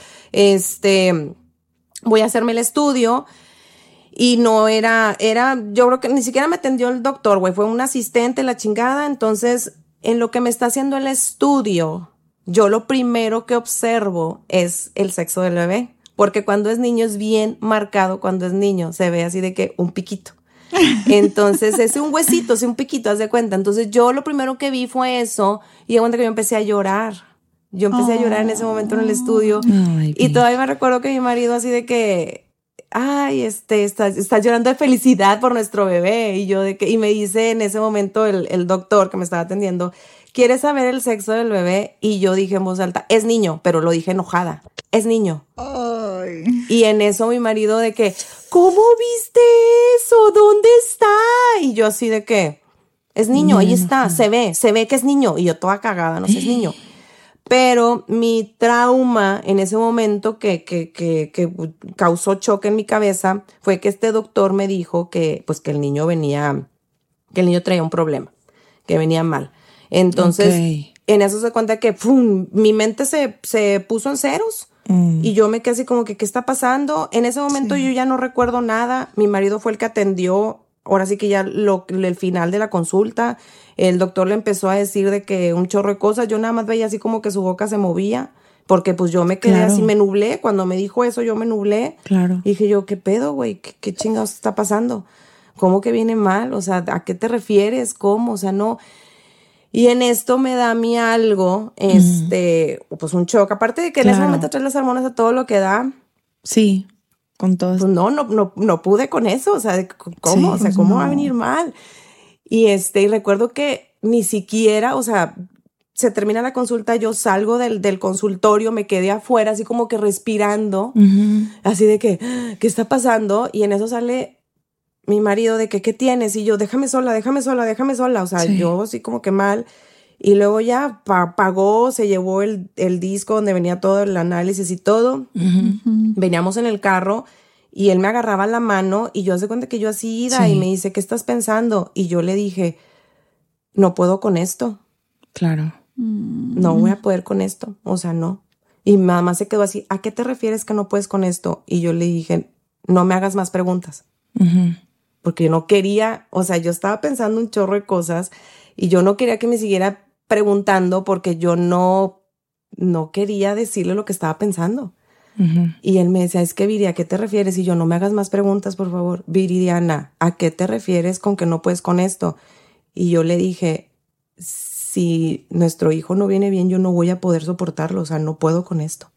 voy a hacerme el estudio. Y no era, yo creo que ni siquiera me atendió el doctor, güey, fue un asistente, la chingada. Entonces, en lo que me está haciendo el estudio, yo lo primero que observo es el sexo del bebé. Porque cuando es niño es bien marcado, cuando es niño se ve así de que un piquito. Entonces es un huesito, es un piquito, haz de cuenta. Entonces yo lo primero que vi fue eso, y de cuenta que yo empecé a llorar. Yo empecé a llorar en ese momento en el estudio. Ay, y todavía me recuerdo que mi marido así de que... Ay, estás llorando de felicidad por nuestro bebé. Y me dice en ese momento el doctor que me estaba atendiendo, ¿quieres saber el sexo del bebé? Y yo dije en voz alta, es niño, pero lo dije enojada, es niño. Ay. Y en eso mi marido de que, ¿cómo viste eso? ¿Dónde está? Y yo así de que, es niño, ahí está, se ve que es niño. Y yo toda cagada, no sé, es niño. Pero mi trauma en ese momento que causó choque en mi cabeza fue que este doctor me dijo que el niño traía un problema, que venía mal. Entonces, En eso se cuenta que mi mente se puso en ceros. Y yo me quedé así como que, ¿qué está pasando? En ese momento yo ya no recuerdo nada. Mi marido fue el que atendió. Ahora sí que ya el final de la consulta, el doctor le empezó a decir de que un chorro de cosas. Yo nada más veía así como que su boca se movía, porque pues yo me quedé así, me nublé. Cuando me dijo eso, yo me nublé. Claro. Y dije yo, ¿qué pedo, güey? ¿Qué chingados está pasando? ¿Cómo que viene mal? O sea, ¿a qué te refieres? ¿Cómo? O sea, no. Y en esto me da a mí algo, pues un shock. Aparte de que en ese momento trae las hormonas a todo lo que da. Sí. Con todo. Pues no pude con eso, o sea, ¿cómo? Sí, o sea, ¿cómo va a venir mal? Y y recuerdo que ni siquiera, o sea, se termina la consulta, yo salgo del consultorio, me quedé afuera así como que respirando, así de que, ¿qué está pasando? Y en eso sale mi marido de que, ¿qué tienes? Y yo, déjame sola, o sea, yo así como que mal. Y luego ya pagó, se llevó el disco donde venía todo el análisis y todo. Veníamos en el carro y él me agarraba la mano y yo hace cuenta que yo así ida y me dice, ¿qué estás pensando? Y yo le dije, no puedo con esto. Claro. No voy a poder con esto. O sea, no. Y mi mamá se quedó así, ¿a qué te refieres que no puedes con esto? Y yo le dije, no me hagas más preguntas. Porque yo no quería, o sea, yo estaba pensando un chorro de cosas y yo no quería que me siguiera preguntando porque yo no quería decirle lo que estaba pensando. Y él me decía, es que Viri, ¿a qué te refieres? Y yo, no me hagas más preguntas, por favor. Viridiana, ¿a qué te refieres con que no puedes con esto? Y yo le dije, si nuestro hijo no viene bien, yo no voy a poder soportarlo, o sea, no puedo con esto.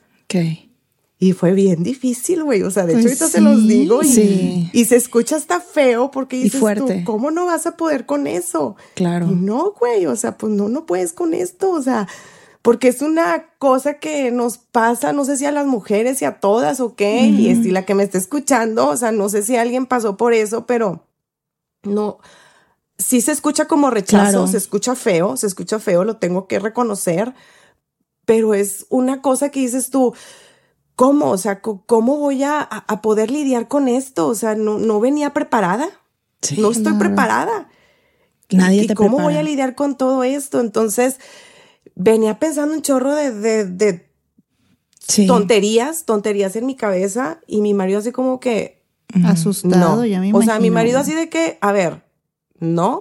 Y fue bien difícil, güey. O sea, de hecho, ahorita se los digo y se escucha hasta feo porque dices fuerte. Tú, ¿cómo no vas a poder con eso? Claro. Y no, güey, o sea, pues no puedes con esto, o sea, porque es una cosa que nos pasa, no sé si a las mujeres y a todas o qué, y la que me está escuchando, o sea, no sé si alguien pasó por eso, pero no, sí se escucha como rechazo, se escucha feo, lo tengo que reconocer, pero es una cosa que dices tú, ¿cómo? O sea, ¿cómo voy a poder lidiar con esto? O sea, no venía preparada. No estoy preparada. Nadie te ¿cómo prepara. voy a lidiar con todo esto? Entonces, venía pensando un chorro de tonterías en mi cabeza y mi marido así como que... Asustado, ya me imagino. O sea, mi marido así de que, a ver, no,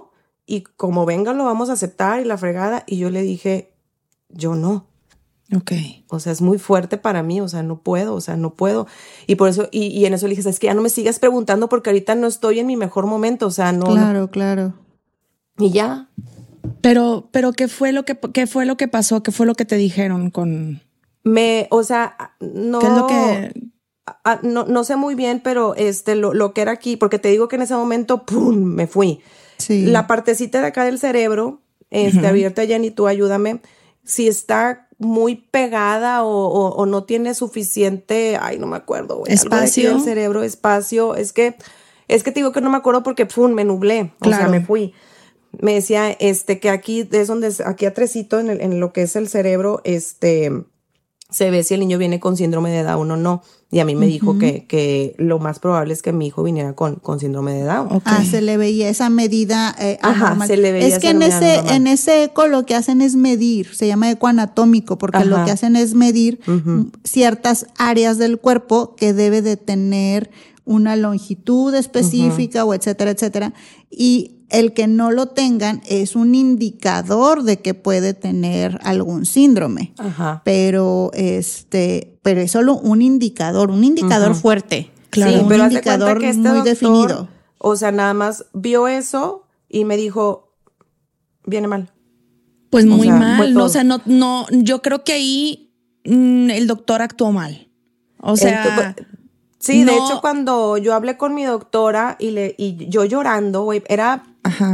y como venga lo vamos a aceptar y la fregada. Y yo le dije, yo no. Ok. O sea, es muy fuerte para mí, o sea, no puedo. Y por eso, y en eso le dije, es que ya no me sigas preguntando porque ahorita no estoy en mi mejor momento, o sea, no. Claro. Y ya. Pero ¿qué fue lo que pasó? ¿Qué fue lo que te dijeron con...? O sea, no... ¿Qué es lo que...? No sé muy bien, pero lo que era aquí, porque te digo que en ese momento, ¡pum!, me fui. Sí. La partecita de acá del cerebro, abierta, Jenny, tú ayúdame, si está muy pegada o no tiene suficiente, no me acuerdo, güey. Espacio. Algo de aquí del cerebro, espacio, es que te digo que no me acuerdo porque, ¡pum!, me nublé, o sea, me fui. Me decía, que aquí es donde, aquí atresito en lo que es el cerebro, se ve si el niño viene con síndrome de Down o no. Y a mí me dijo que lo más probable es que mi hijo viniera con síndrome de Down. Okay. Se le veía esa medida anormal. Se le veía es que en ese eco lo que hacen es medir, se llama eco anatómico, porque lo que hacen es medir ciertas áreas del cuerpo que debe de tener una longitud específica o etcétera, etcétera. Y el que no lo tengan es un indicador de que puede tener algún síndrome. Ajá. Pero es solo un indicador fuerte. Claro. Sí, pero un indicador que muy doctor, definido. O sea, nada más vio eso y me dijo, viene mal. Pues muy mal, ¿no? O sea, no, yo creo que ahí el doctor actuó mal. O sea... Sí, no. De hecho, cuando yo hablé con mi doctora y yo llorando, güey, era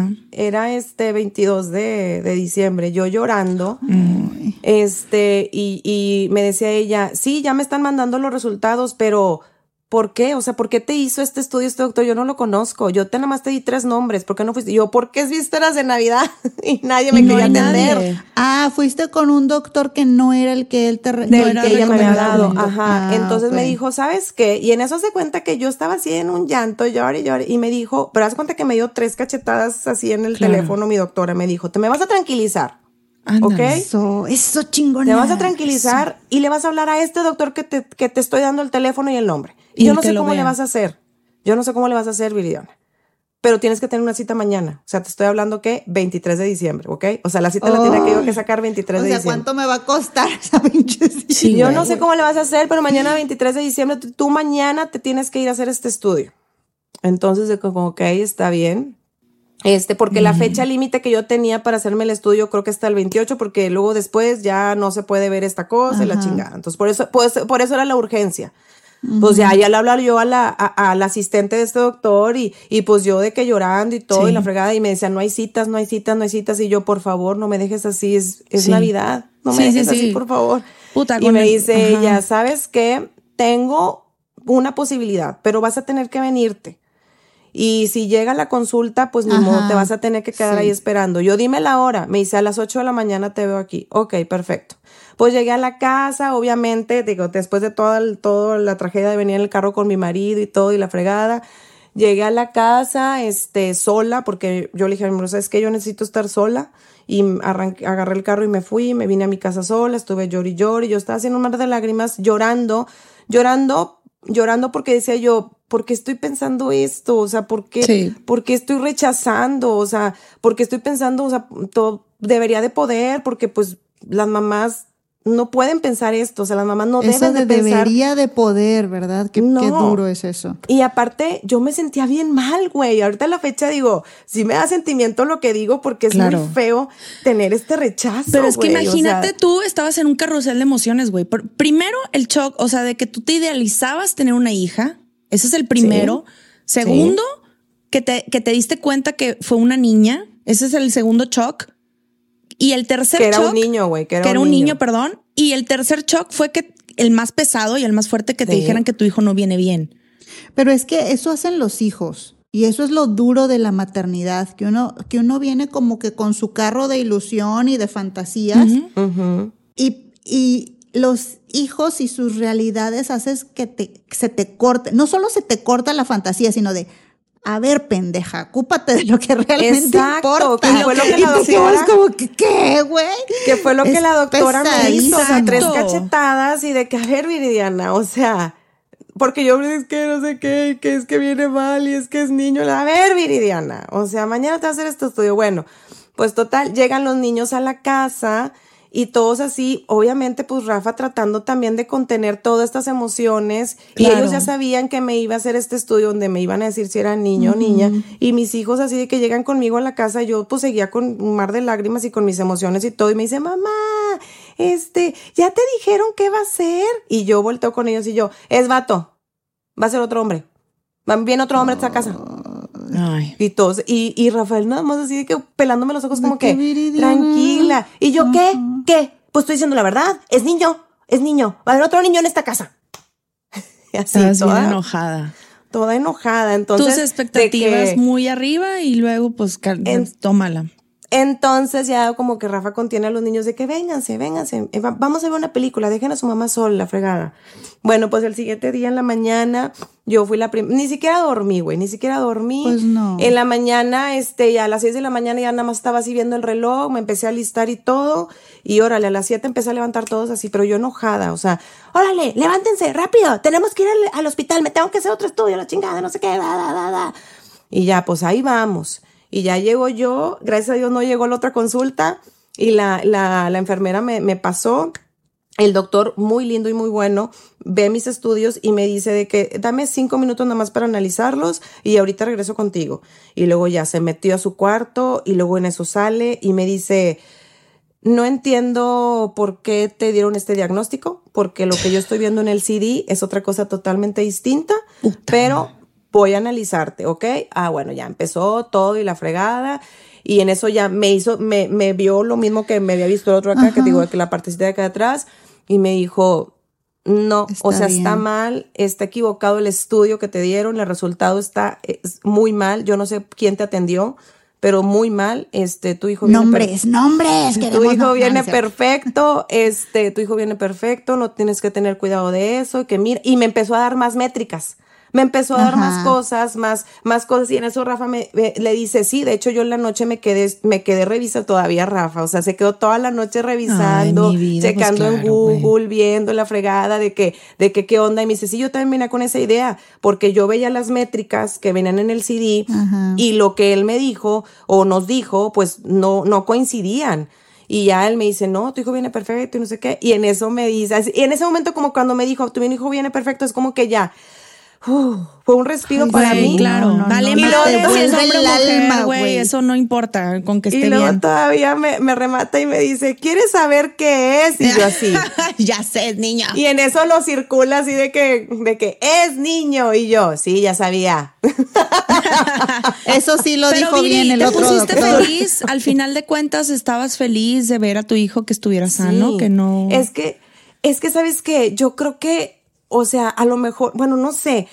22 de diciembre, yo llorando, y me decía ella, sí, ya me están mandando los resultados, pero ¿por qué? O sea, ¿por qué te hizo este estudio este doctor? Yo no lo conozco, yo nada más te di 3 nombres, ¿por qué no fuiste? Yo, ¿por qué es vísperas de Navidad? Y nadie me quería atender. Fuiste con un doctor que no era el que él que ella me había dado. Ajá. Entonces me dijo, ¿sabes qué? Y en eso se cuenta que yo estaba así en un llanto, lloré, y me dijo, pero haz cuenta que me dio 3 cachetadas así en el teléfono, mi doctora me dijo, te me vas a tranquilizar. ¿Ok? Eso chingón. Te vas a tranquilizar y le vas a hablar a este doctor que te estoy dando el teléfono y el nombre. Y yo no sé cómo le vas a hacer. Yo no sé cómo le vas a hacer, Viridiana. Pero tienes que tener una cita mañana. O sea, te estoy hablando que 23 de diciembre, ¿ok? O sea, la cita la tiene que sacar 23 de diciembre. O sea, ¿cuánto me va a costar esa pinche cita? Sí, yo no sé cómo le vas a hacer, pero mañana 23 de diciembre, tú mañana te tienes que ir a hacer este estudio. Entonces, como que ahí está bien. Porque la fecha límite que yo tenía para hacerme el estudio creo que está el 28, porque luego después ya no se puede ver esta cosa y la chingada. Entonces, por eso era la urgencia. Pues ya le hablaba yo a la asistente de este doctor y pues yo de que llorando y todo y la fregada y me decía, no hay citas y yo, por favor, no me dejes así, es Navidad, no me dejes así, por favor. Puta, y me dice ella, ¿sabes qué? Tengo una posibilidad, pero vas a tener que venirte. Y si llega la consulta, pues ni modo, te vas a tener que quedar ahí esperando. Yo dime la hora. Me dice, a las 8 de la mañana te veo aquí. Ok, perfecto. Pues llegué a la casa, obviamente, después de toda la tragedia de venir en el carro con mi marido y todo, y la fregada. Llegué a la casa, sola, porque yo le dije a mi marido, ¿sabes qué? Yo necesito estar sola. Y agarré el carro y me fui, me vine a mi casa sola, estuve llori. Yo estaba haciendo un mar de lágrimas, llorando porque decía yo, ¿por qué estoy pensando esto? O sea, ¿por qué estoy rechazando? O sea, ¿por qué estoy pensando? O sea, todo debería de poder, porque pues las mamás no pueden pensar esto, o sea, las mamás no deben de pensar. Debería de poder, ¿verdad? Qué duro es eso. Y aparte, yo me sentía bien mal, güey. Ahorita a la fecha digo, sí me da sentimiento lo que digo porque es muy feo tener este rechazo. Pero es que imagínate, tú estabas en un carrusel de emociones, güey. Primero, el shock, o sea, de que tú te idealizabas tener una hija. Ese es el primero. Sí. Segundo, que te diste cuenta que fue una niña. Ese es el segundo shock. Y el tercer shock... Que era un niño, güey. Que era un niño, perdón. Y el tercer shock fue que el más pesado y el más fuerte que te dijeran que tu hijo no viene bien. Pero es que eso hacen los hijos. Y eso es lo duro de la maternidad. Que uno viene como que con su carro de ilusión y de fantasías. Y los hijos y sus realidades haces que se te corte. No solo se te corta la fantasía, sino de... A ver, pendeja, ocúpate de lo que realmente importa. Que fue lo que la doctora, como que, ¿qué, güey? Que fue lo que la doctora me hizo, o sea, 3 cachetadas y de que, a ver, Viridiana, o sea, porque yo es que no sé qué, que es que viene mal y es que es niño. A ver, Viridiana, o sea, mañana te vas a hacer este estudio. Bueno, pues total, llegan los niños a la casa y todos así, obviamente pues Rafa tratando también de contener todas estas emociones. Claro. Y ellos ya sabían que me iba a hacer este estudio donde me iban a decir si era niño o niña. Y mis hijos así de que llegan conmigo a la casa, yo pues seguía con un mar de lágrimas y con mis emociones y todo. Y me dice, mamá, ¿ya te dijeron qué va a ser? Y yo volteo con ellos y yo, es vato, va a ser otro hombre. Viene otro hombre a esta casa. Ay. Y todos, y Rafael nada más así de que pelándome los ojos como que, tranquila. Y yo, ¿qué? Pues estoy diciendo la verdad, es niño, va a haber otro niño en esta casa. Y así, estás bien enojada. Toda enojada, entonces. Tus expectativas muy arriba y luego pues tómala. Entonces ya como que Rafa contiene a los niños de que vénganse, vamos a ver una película, dejen a su mamá sola, la fregada. Bueno, pues el siguiente día en la mañana yo fui ni siquiera dormí. Pues no. En la mañana, ya a las 6 de la mañana ya nada más estaba así viendo el reloj, me empecé a alistar y todo, y órale, a las 7 empecé a levantar todos así, pero yo enojada, o sea, órale, levántense, rápido, tenemos que ir al hospital, me tengo que hacer otro estudio, la chingada, no sé qué, Y ya, pues ahí vamos. Y ya llego yo, gracias a Dios no llegó la otra consulta, y la enfermera me pasó. El doctor, muy lindo y muy bueno, ve mis estudios y me dice de que dame 5 minutos nada más para analizarlos y ahorita regreso contigo. Y luego ya se metió a su cuarto y luego en eso sale y me dice, no entiendo por qué te dieron este diagnóstico, porque lo que yo estoy viendo en el CD es otra cosa totalmente distinta, pero voy a analizarte, ¿ok? Bueno, ya empezó todo y la fregada. Y en eso ya me vio lo mismo que me había visto el otro acá, que digo, que la partecita de acá atrás, y me dijo, no, está mal, está equivocado el estudio que te dieron, el resultado es muy mal, yo no sé quién te atendió, pero muy mal, tu hijo viene nombres, tu hijo viene perfecto, tu hijo viene perfecto, no tienes que tener cuidado de eso, que mira, y me empezó a dar más métricas. Me empezó a dar más cosas, y en eso Rafa le dice, sí, de hecho yo en la noche me quedé revisando todavía Rafa, o sea, se quedó toda la noche revisando, checando pues claro, en Google, viendo la fregada de que qué onda, y me dice, sí, yo también venía con esa idea, porque yo veía las métricas que venían en el CD y lo que él me dijo o nos dijo, pues no coincidían. Y ya él me dice, no, tu hijo viene perfecto y no sé qué, y en eso me dice, y en ese momento como cuando me dijo, tu hijo viene perfecto, es como que ya, fue un respiro para mí. Claro, vale, y luego si es hombre o mujer, güey, eso no importa con que esté bien. Y luego todavía me remata y me dice, ¿quieres saber qué es? Y yo así. Ya sé, es niño. Y en eso lo circula así de que es niño. Y yo, sí, ya sabía. Eso sí lo pero dijo bien el otro doctor. ¿Te pusiste feliz? Al final de cuentas, ¿estabas feliz de ver a tu hijo que estuviera sano? Sí, que no. Es que, ¿sabes qué? Yo creo que, o sea, a lo mejor, bueno, no sé,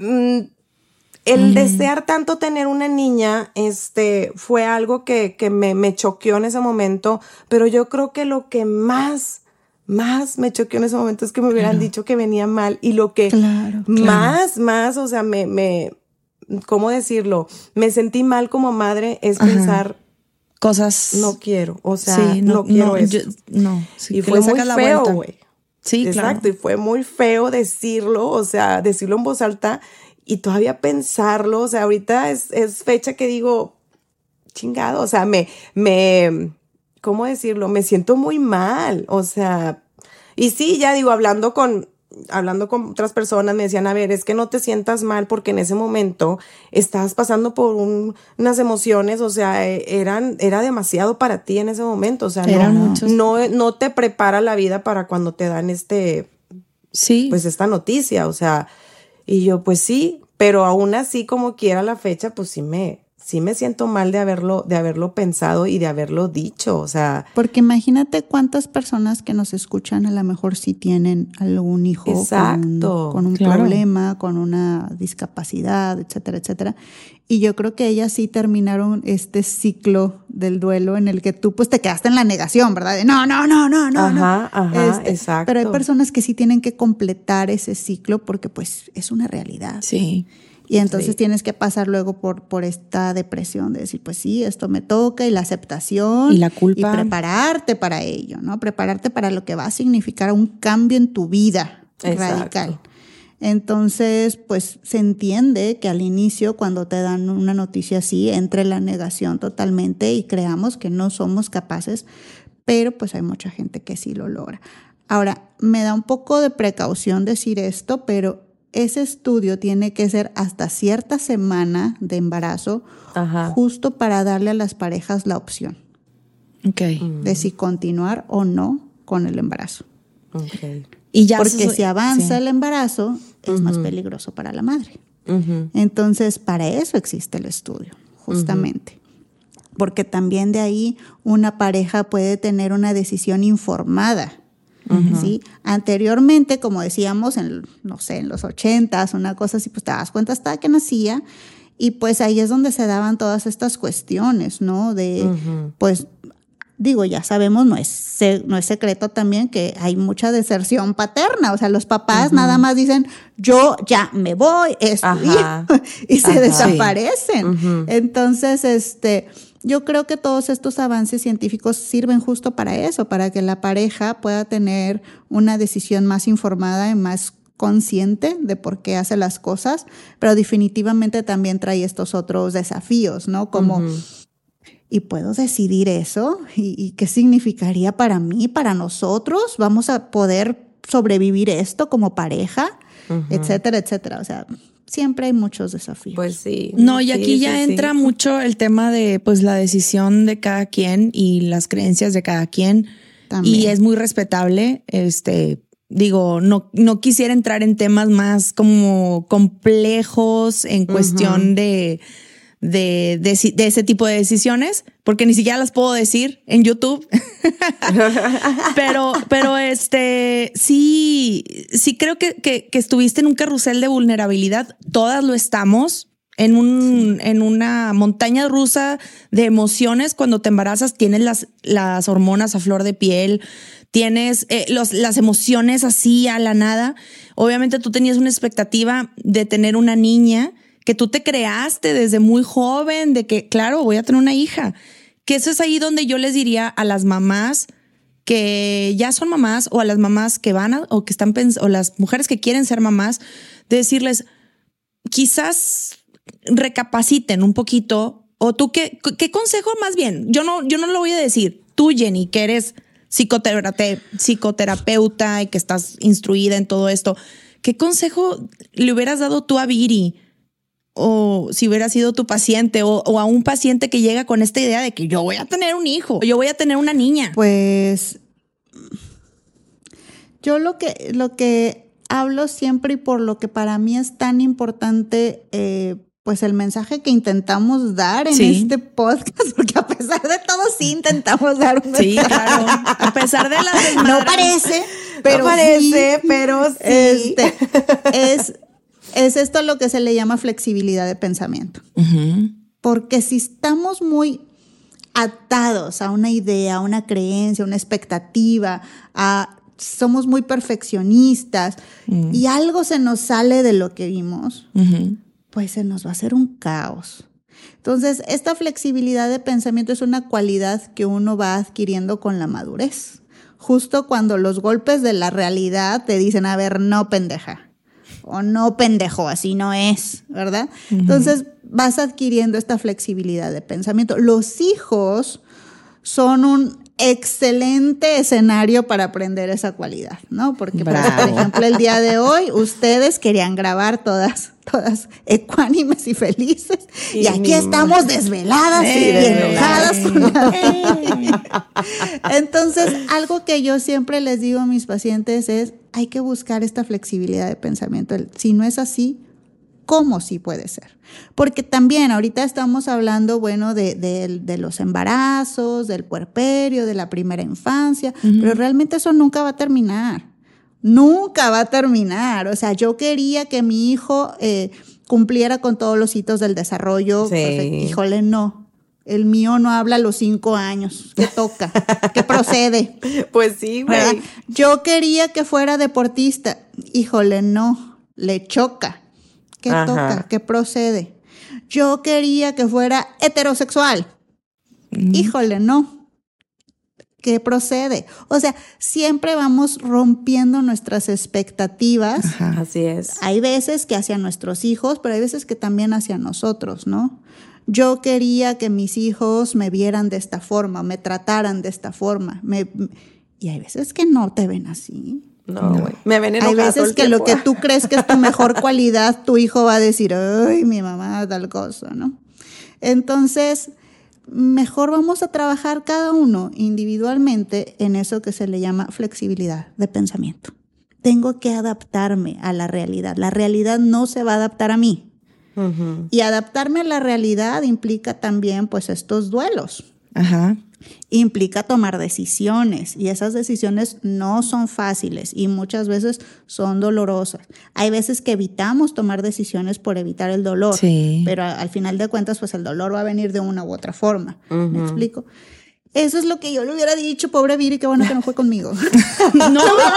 el desear tanto tener una niña, fue algo que me choqueó en ese momento, pero yo creo que lo que más me choqueó en ese momento es que me hubieran dicho que venía mal, y lo que más, o sea, ¿cómo decirlo? Me sentí mal como madre es pensar cosas. No quiero, o sea, no quiero eso. Sí, y fue muy feo, güey. Sí, exacto, claro. Y fue muy feo decirlo, o sea, decirlo en voz alta y todavía pensarlo, o sea, ahorita es fecha que digo, chingado, o sea, ¿cómo decirlo? Me siento muy mal, o sea, y sí, ya digo, hablando con otras personas me decían, a ver, es que no te sientas mal porque en ese momento estabas pasando por unas emociones, o sea, era demasiado para ti en ese momento, o sea, no te prepara la vida para cuando te dan pues esta noticia, o sea, y yo pues sí, pero aún así como quiera la fecha, pues sí me siento mal de haberlo pensado y de haberlo dicho, o sea. Porque imagínate cuántas personas que nos escuchan a lo mejor sí tienen algún hijo con un problema, con una discapacidad, etcétera, etcétera. Y yo creo que ellas sí terminaron este ciclo del duelo en el que tú pues te quedaste en la negación, ¿verdad? De no. Exacto. Pero hay personas que sí tienen que completar ese ciclo porque pues es una realidad. Sí. Y entonces tienes que pasar luego por esta depresión de decir, pues sí, esto me toca, y la aceptación. Y la culpa. Y prepararte para ello, ¿no? Prepararte para lo que va a significar un cambio en tu vida radical. Entonces, pues se entiende que al inicio, cuando te dan una noticia así, entre la negación totalmente y creamos que no somos capaces, pero pues hay mucha gente que sí lo logra. Ahora, me da un poco de precaución decir esto, pero ese estudio tiene que ser hasta cierta semana de embarazo, justo para darle a las parejas la opción de si continuar o no con el embarazo. Y ya porque si avanza el embarazo, es más peligroso para la madre. Entonces, para eso existe el estudio, justamente. Porque también de ahí una pareja puede tener una decisión informada. ¿Sí? Anteriormente, como decíamos, en los 80s, una cosa así, pues te das cuenta hasta que nacía, y pues ahí es donde se daban todas estas cuestiones, ¿no? De, pues, digo, ya sabemos, no es secreto también que hay mucha deserción paterna. O sea, los papás nada más dicen, yo ya me voy, y se desaparecen. Entonces, yo creo que todos estos avances científicos sirven justo para eso, para que la pareja pueda tener una decisión más informada y más consciente de por qué hace las cosas, pero definitivamente también trae estos otros desafíos, ¿no? Como, ¿y puedo decidir eso? ¿Y qué significaría para mí, para nosotros? ¿Vamos a poder sobrevivir esto como pareja? Etcétera, etcétera. O sea, siempre hay muchos desafíos. Pues sí. No, y aquí ya entra mucho el tema de pues la decisión de cada quien y las creencias de cada quien. También. Y es muy respetable. Digo, no quisiera entrar en temas más como complejos en cuestión de ese tipo de decisiones, porque ni siquiera las puedo decir en YouTube. pero sí creo que estuviste en un carrusel de vulnerabilidad. Todas lo estamos en una montaña rusa de emociones. Cuando te embarazas tienes las hormonas a flor de piel, tienes las emociones así a la nada. Obviamente tú tenías una expectativa de tener una niña, que tú te creaste desde muy joven, de que, claro, voy a tener una hija. Que eso es ahí donde yo les diría a las mamás que ya son mamás, o a las mamás que van o que están o las mujeres que quieren ser mamás, de decirles, quizás recapaciten un poquito, o tú, ¿qué consejo más bien? Yo no lo voy a decir. Tú, Jenny, que eres psicoterapeuta y que estás instruida en todo esto, ¿qué consejo le hubieras dado tú a Viri? O si hubiera sido tu paciente o a un paciente que llega con esta idea de que yo voy a tener un hijo, yo voy a tener una niña. Pues yo lo que hablo siempre, y por lo que para mí es tan importante, pues el mensaje que intentamos dar en este podcast, porque a pesar de todo sí intentamos dar un mensaje. Sí, claro. A pesar de la desmadre. No parece, pero sí. Es esto lo que se le llama flexibilidad de pensamiento. Porque si estamos muy atados a una idea, a una creencia, a una expectativa, somos muy perfeccionistas y algo se nos sale de lo que vimos, pues se nos va a hacer un caos. Entonces, esta flexibilidad de pensamiento es una cualidad que uno va adquiriendo con la madurez. Justo cuando los golpes de la realidad te dicen, a ver, no, pendeja. O no, pendejo, así no es, ¿verdad? Entonces vas adquiriendo esta flexibilidad de pensamiento. Los hijos son un excelente escenario para aprender esa cualidad, ¿no? Porque, por ejemplo, el día de hoy ustedes querían grabar todas ecuánimes y felices, y aquí estamos desveladas y enojadas con la vida. Entonces, algo que yo siempre les digo a mis pacientes es, hay que buscar esta flexibilidad de pensamiento. Si no es así, ¿cómo sí puede ser? Porque también ahorita estamos hablando, bueno, de los embarazos, del puerperio, de la primera infancia, pero realmente eso nunca va a terminar. Nunca va a terminar. O sea, yo quería que mi hijo cumpliera con todos los hitos del desarrollo. Sí. Híjole, no. El mío no habla a los 5 años. ¿Qué toca? ¿Qué procede? Pues sí, güey. Yo quería que fuera deportista. Híjole, no. Le choca. ¿Qué toca? ¿Qué procede? Yo quería que fuera heterosexual. Híjole, no. ¿qué procede? O sea, siempre vamos rompiendo nuestras expectativas. Ajá, así es. Hay veces que hacia nuestros hijos, pero hay veces que también hacia nosotros, ¿no? Yo quería que mis hijos me vieran de esta forma, me trataran de esta forma. Y hay veces que no te ven así. No, güey. Me ven enojada. Hay veces que lo que tú crees que es tu mejor cualidad, tu hijo va a decir, ay, mi mamá, tal cosa, ¿no? Entonces, mejor vamos a trabajar cada uno individualmente en eso que se le llama flexibilidad de pensamiento. Tengo que adaptarme a la realidad. La realidad no se va a adaptar a mí. Uh-huh. Y adaptarme a la realidad implica también, pues, estos duelos. Ajá. Implica tomar decisiones y esas decisiones no son fáciles y muchas veces son dolorosas. Hay veces que evitamos tomar decisiones por evitar el dolor, pero al final de cuentas pues el dolor va a venir de una u otra forma. Uh-huh. ¿Me explico? Eso es lo que yo le hubiera dicho, pobre Viri, qué bueno que no fue conmigo. No,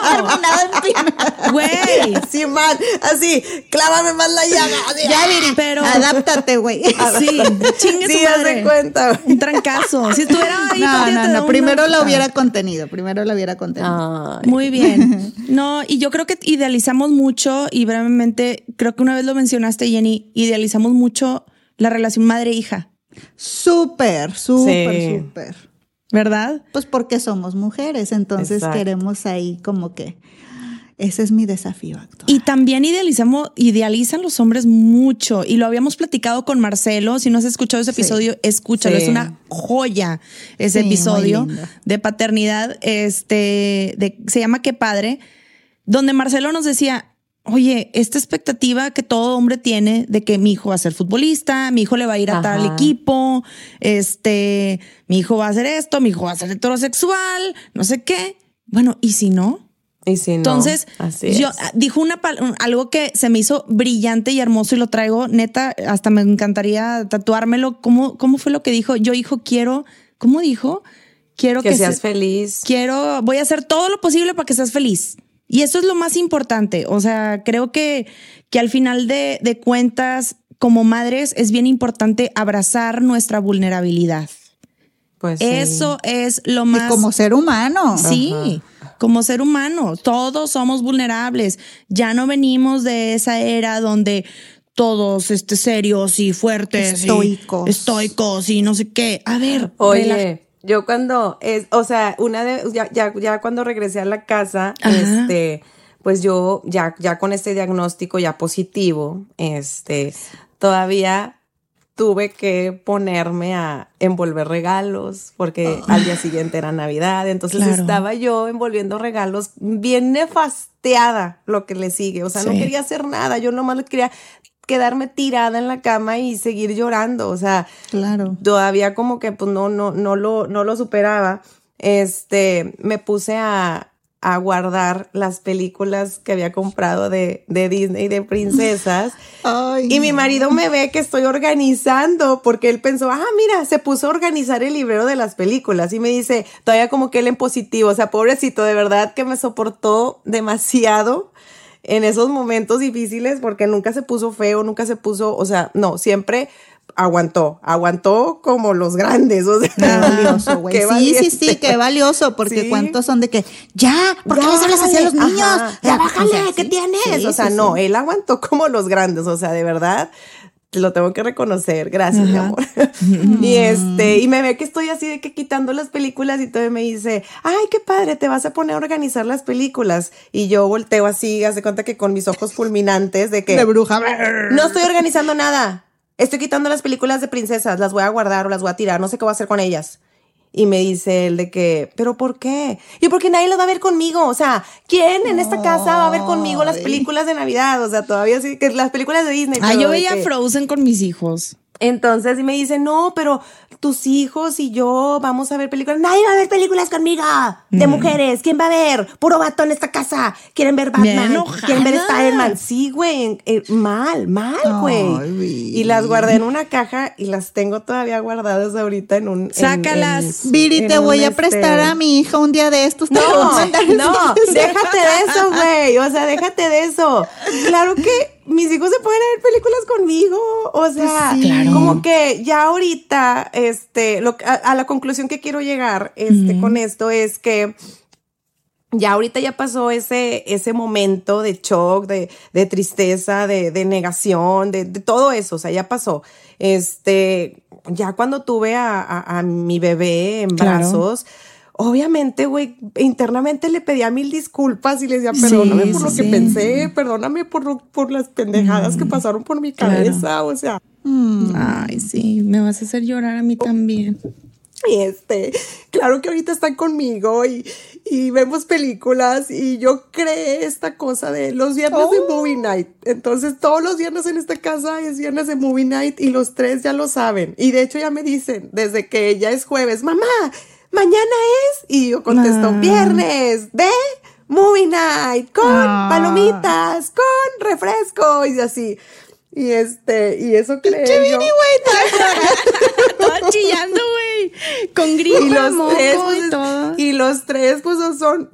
güey. Así, man, así, clávame más la llaga. Así. Ya, Viri, pero adáptate, güey. Sí, chingue su madre. Sí, cuenta, güey. Un trancazo. Si estuviera ahí. No, primero la hubiera contenido. Muy bien. No, y yo creo que idealizamos mucho, y brevemente, creo que una vez lo mencionaste, Jenny, idealizamos mucho la relación madre-hija. Súper. ¿Verdad? Pues porque somos mujeres, entonces exacto, queremos ahí como que ese es mi desafío actual. Y también idealizan los hombres mucho, y lo habíamos platicado con Marcelo. Si no has escuchado ese episodio, escúchalo, es una joya ese episodio de paternidad, se llama Qué Padre, donde Marcelo nos decía, oye, esta expectativa que todo hombre tiene de que mi hijo va a ser futbolista, mi hijo le va a ir a tal equipo, mi hijo va a hacer esto, mi hijo va a ser heterosexual, no sé qué. Bueno, ¿y si no? Entonces, dijo algo que se me hizo brillante y hermoso y lo traigo, neta, hasta me encantaría tatuármelo. ¿Cómo fue lo que dijo? Yo, hijo, ¿cómo dijo? Quiero que seas feliz. Voy a hacer todo lo posible para que seas feliz. Y eso es lo más importante. O sea, creo que al final de cuentas, como madres, es bien importante abrazar nuestra vulnerabilidad. Pues eso es lo más... Y como ser humano. Sí, como ser humano. Todos somos vulnerables. Ya no venimos de esa era donde todos serios y fuertes. Estoicos y no sé qué. A ver, oye... Yo cuando ya cuando regresé a la casa, pues yo ya con este diagnóstico ya positivo, todavía tuve que ponerme a envolver regalos porque al día siguiente era Navidad. Entonces estaba yo envolviendo regalos bien nefasteada lo que le sigue. O sea, no quería hacer nada. Yo nomás quería quedarme tirada en la cama y seguir llorando. O sea, todavía como que pues no lo superaba. Me puse a guardar las películas que había comprado de Disney de princesas. Ay, y mi marido me ve que estoy organizando porque él pensó, mira, se puso a organizar el librero de las películas y me dice, todavía como que él en positivo, o sea, pobrecito, de verdad que me soportó demasiado en esos momentos difíciles porque nunca se puso feo, o sea, no, siempre aguantó como los grandes, o sea, qué valioso, güey. Sí, qué valioso, porque cuántos son de que, ¿por qué les hablas así a los niños? Ya bájale, ¿qué tienes? O sea, no, él aguantó como los grandes, o sea, de verdad, lo tengo que reconocer, gracias, mi amor. Y me ve que estoy así de que quitando las películas y todo, y me dice, ay, qué padre, te vas a poner a organizar las películas. Y yo volteo así, haz de cuenta que con mis ojos fulminantes de que... De bruja. No estoy organizando nada. Estoy quitando las películas de princesas, las voy a guardar o las voy a tirar, no sé qué voy a hacer con ellas. Y me dice él de que, ¿pero por qué? Y porque nadie las va a ver conmigo, o sea, ¿quién en esta casa va a ver conmigo las películas de Navidad? O sea, todavía sí, que las películas de Disney. Yo veía Frozen con mis hijos. Entonces, y me dice, no, pero tus hijos y yo vamos a ver películas. Nadie va a ver películas conmigo de mujeres. ¿Quién va a ver? Puro vato en esta casa. ¿Quieren ver Batman? ¿Quieren ver Spider-Man? Sí, güey, mal, güey. Y las guardé en una caja y las tengo todavía guardadas ahorita en un... Sácalas. Viri, te voy a prestar a mi hija un día de estos. No, déjate de eso, güey. O sea, déjate de eso. Claro que mis hijos se pueden ver películas conmigo. O sea, sí, claro. Como que ya ahorita, a la conclusión que quiero llegar, con esto es que ya ahorita ya pasó ese momento de shock, de tristeza, de negación, de todo eso. O sea, ya pasó. Ya cuando tuve a mi bebé en brazos, obviamente, güey, internamente le pedía 1000 disculpas y le decía, perdóname por lo que pensé, perdóname por las pendejadas que pasaron por mi cabeza, o sea. Ay, sí, me vas a hacer llorar a mí también. Y claro que ahorita están conmigo y vemos películas y yo creé esta cosa de los viernes de Movie Night. Entonces todos los viernes en esta casa es viernes de Movie Night y los 3 ya lo saben. Y de hecho ya me dicen, desde que ya es jueves, mamá, mañana es, y yo contesto, viernes de Movie Night, con palomitas, con refresco, y así. Y eso creé yo. Estaba chillando, güey. Con gripa, y los tres, y todo. Y los 3, pues, son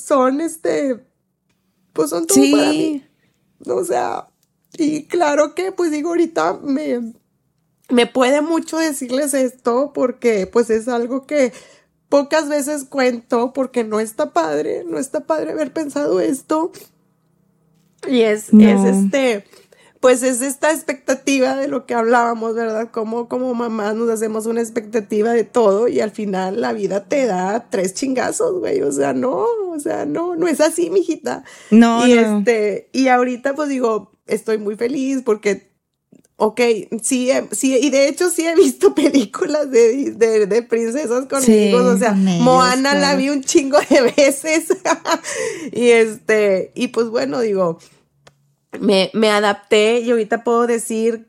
todo para mí. O sea, y claro que, pues, digo, ahorita me puede mucho decirles esto porque, pues, es algo que pocas veces cuento porque no está padre haber pensado esto. Y pues es esta expectativa de lo que hablábamos, ¿verdad? Como mamás nos hacemos una expectativa de todo y al final la vida te da 3 chingazos, güey. O sea, no es así, mijita. No. Y ahorita pues digo, estoy muy feliz porque, sí, y de hecho sí he visto películas de princesas con hijos, o sea, Moana la vi un chingo de veces. Y pues bueno, digo, me adapté y ahorita puedo decir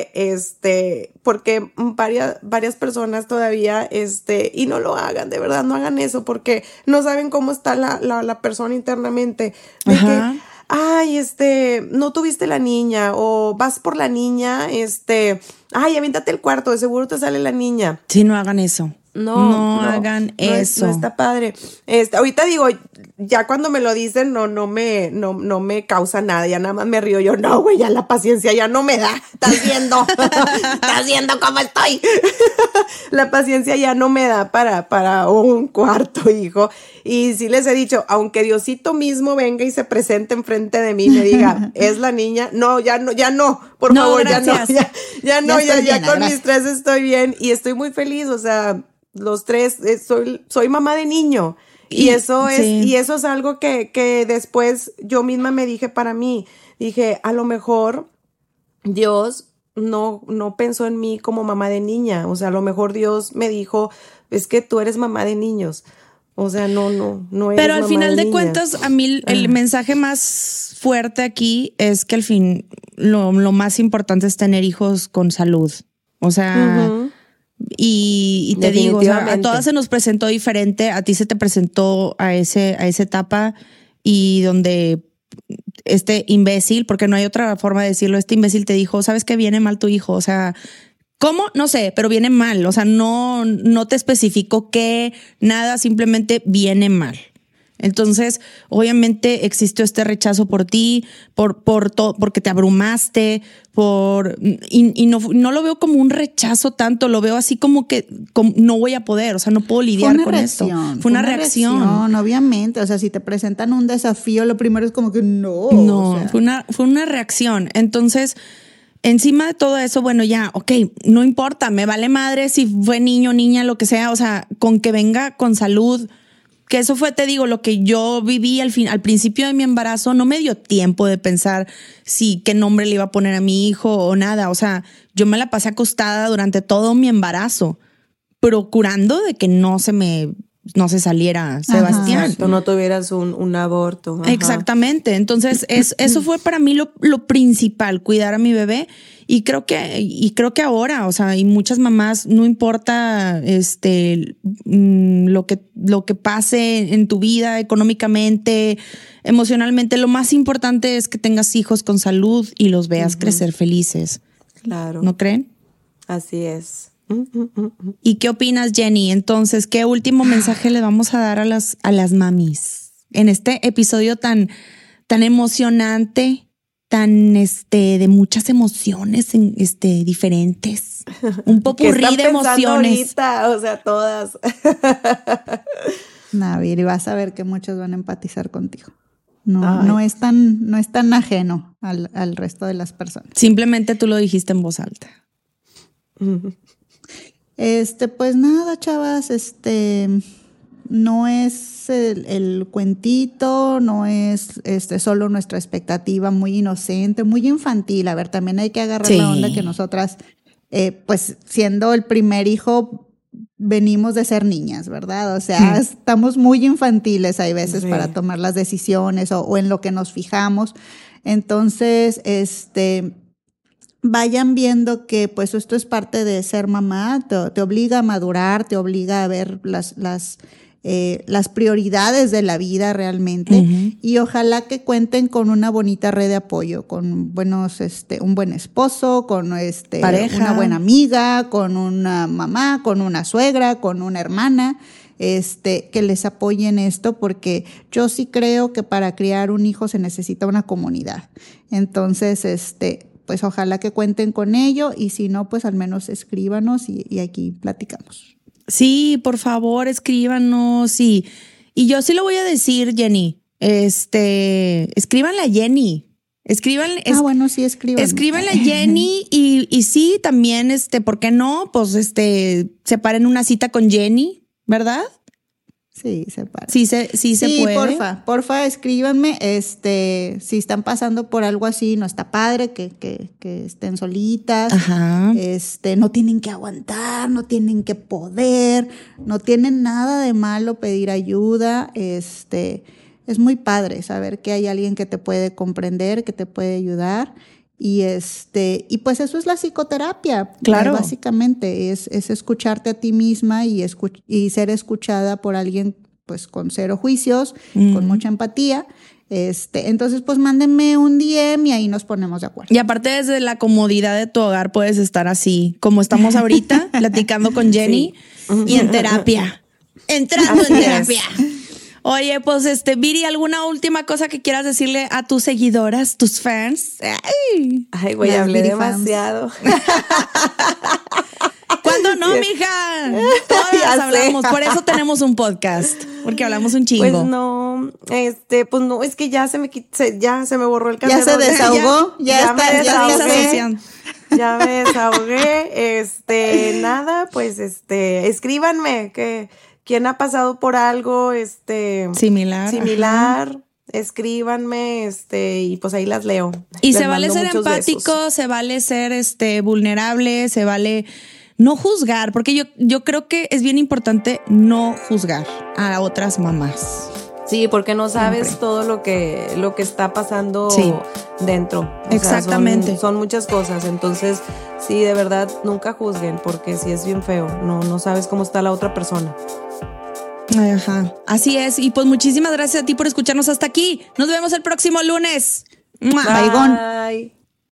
que porque varias personas todavía y no lo hagan, de verdad, no hagan eso porque no saben cómo está la persona internamente. De que, ay, no tuviste la niña o vas por la niña, ay, aviéntate el cuarto, de seguro te sale la niña. Sí, no hagan eso. No hagan eso. No está padre. Ahorita digo, ya cuando me lo dicen, no me causa nada, ya nada más me río yo, no, güey, ya la paciencia ya no me da. Estás viendo cómo estoy. La paciencia ya no me da para un cuarto, hijo. Y sí les he dicho, aunque Diosito mismo venga y se presente enfrente de mí y me diga, es la niña, no, ya no, por favor, gracias. ya con mis 3 estoy bien y estoy muy feliz, o sea, los 3, soy mamá de niño. Y eso es algo que después yo misma me dije para mí. Dije, a lo mejor Dios no pensó en mí como mamá de niña. O sea, a lo mejor Dios me dijo, es que tú eres mamá de niños. O sea, no eres. Pero al mamá final de niñas. cuentas, a mí el mensaje más fuerte aquí es que al fin lo más importante es tener hijos con salud. O sea, y te digo, o sea, a todas se nos presentó diferente, a ti se te presentó a esa etapa y donde este imbécil, porque no hay otra forma de decirlo, este imbécil te dijo, ¿sabes qué? Viene mal tu hijo, o sea, ¿cómo? No sé, pero viene mal, o sea, no te especificó qué, nada, simplemente viene mal. Entonces, obviamente existió este rechazo por ti, por todo, porque te abrumaste, y no lo veo como un rechazo tanto, lo veo así como que no voy a poder, o sea, no puedo lidiar con esto. Fue una reacción. Obviamente, o sea, si te presentan un desafío, lo primero es como que no. No, o sea. fue una reacción. Entonces, encima de todo eso, bueno, ya, no importa, me vale madre si fue niño, niña, lo que sea, o sea, con que venga con salud. Que eso fue, te digo, lo que yo viví al principio de mi embarazo. No me dio tiempo de pensar qué nombre le iba a poner a mi hijo o nada. O sea, yo me la pasé acostada durante todo mi embarazo, procurando de que no se saliera Sebastián. Exacto, no tuvieras un aborto. Ajá. Exactamente. Entonces, eso fue para mí lo principal, cuidar a mi bebé. Y creo que ahora, o sea, y muchas mamás, no importa lo que pase en tu vida económicamente, emocionalmente, lo más importante es que tengas hijos con salud y los veas crecer felices. Claro. ¿No creen? Así es. ¿Y qué opinas, Jenny? Entonces, ¿qué último mensaje le vamos a dar a las mamis en este episodio tan emocionante de muchas emociones diferentes. Un popurrí de emociones. Ahorita? O sea, todas. Viri, vas a ver que muchos van a empatizar contigo. No es tan ajeno al resto de las personas. Simplemente tú lo dijiste en voz alta. Pues nada, chavas, no es el cuentito, no es solo nuestra expectativa muy inocente, muy infantil. A ver, también hay que agarrar la onda que nosotras, pues siendo el primer hijo, venimos de ser niñas, ¿verdad? O sea, estamos muy infantiles hay veces para tomar las decisiones o en lo que nos fijamos. Entonces, vayan viendo que pues esto es parte de ser mamá, te obliga a madurar, te obliga a ver las prioridades de la vida realmente, y ojalá que cuenten con una bonita red de apoyo, con un buen esposo, con pareja, una buena amiga, con una mamá, con una suegra, con una hermana, que les apoyen esto, porque yo sí creo que para criar un hijo se necesita una comunidad. Entonces, pues ojalá que cuenten con ello, y si no, pues al menos escríbanos y aquí platicamos. Sí, por favor, escríbanos. Y yo sí lo voy a decir, Jenny. Escríbanle a Jenny. Bueno, sí, escríbanle a Jenny y sí, también, ¿por qué no? Pues, separen una cita con Jenny, ¿verdad? Sí, separen. Sí, se puede. Sí, porfa, escríbanme. Si están pasando por algo así, no está padre que estén solitas. Ajá. No tienen que aguantar, no tienen que poder, no tienen nada de malo pedir ayuda. Es muy padre saber que hay alguien que te puede comprender, que te puede ayudar. Y pues eso es la psicoterapia. Claro. Básicamente es escucharte a ti misma y ser escuchada por alguien pues con cero juicios, con mucha empatía. Entonces pues mándenme un DM y ahí nos ponemos de acuerdo. Y aparte, desde la comodidad de tu hogar puedes estar así, como estamos ahorita, platicando con Jenny, y en terapia. Entrando en terapia. Oye, pues Viri, ¿alguna última cosa que quieras decirle a tus seguidoras, tus fans? Ay, güey, hablé demasiado. ¿Cuándo no, mija? Todas hablamos, por eso tenemos un podcast, porque hablamos un chingo. Pues no, es que ya se me borró el cassette. Ya se desahogó, ya me desahogué, nada, pues escríbanme ¿quién ha pasado por algo similar? Escríbanme, y pues ahí las leo. Y se vale ser empático, se vale ser vulnerable, se vale no juzgar, porque yo creo que es bien importante no juzgar a otras mamás. Sí, porque no sabes siempre todo lo que está pasando dentro. Exactamente. Son muchas cosas, entonces sí, de verdad, nunca juzguen, porque sí es bien feo, no sabes cómo está la otra persona. Ajá, así es. Y pues muchísimas gracias a ti por escucharnos hasta aquí. Nos vemos el próximo lunes. Bye.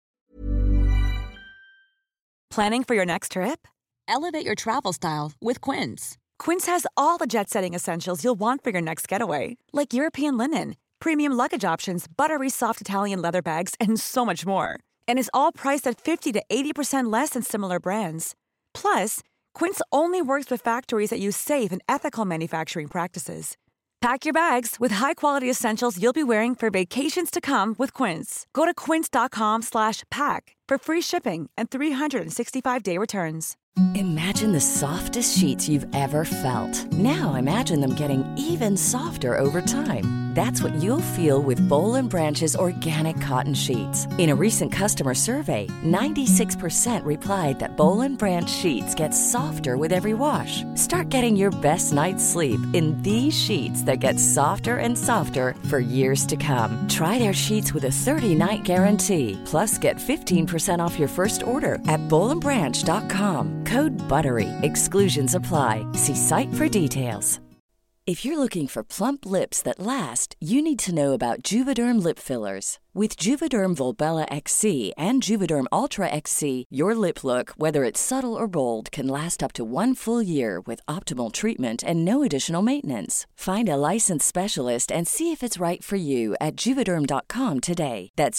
Planning for your next trip? Elevate your travel style with Quince. Quince has all the jet-setting essentials you'll want for your next getaway, like European linen, premium luggage options, buttery soft Italian leather bags, and so much more. And is all priced at 50 to 80% less than similar brands. Plus, Quince only works with factories that use safe and ethical manufacturing practices. Pack your bags with high-quality essentials you'll be wearing for vacations to come with Quince. Go to quince.com/pack for free shipping and 365-day returns. Imagine the softest sheets you've ever felt. Now imagine them getting even softer over time. That's what you'll feel with Boll & Branch's organic cotton sheets. In a recent customer survey, 96% replied that Boll & Branch sheets get softer with every wash. Start getting your best night's sleep in these sheets that get softer and softer for years to come. Try their sheets with a 30-night guarantee. Plus, get 15% off your first order at bollandbranch.com. Code BUTTERY. Exclusions apply. See site for details. If you're looking for plump lips that last, you need to know about Juvederm lip fillers. With Juvederm Volbella XC and Juvederm Ultra XC, your lip look, whether it's subtle or bold, can last up to 1 full year with optimal treatment and no additional maintenance. Find a licensed specialist and see if it's right for you at Juvederm.com today. That's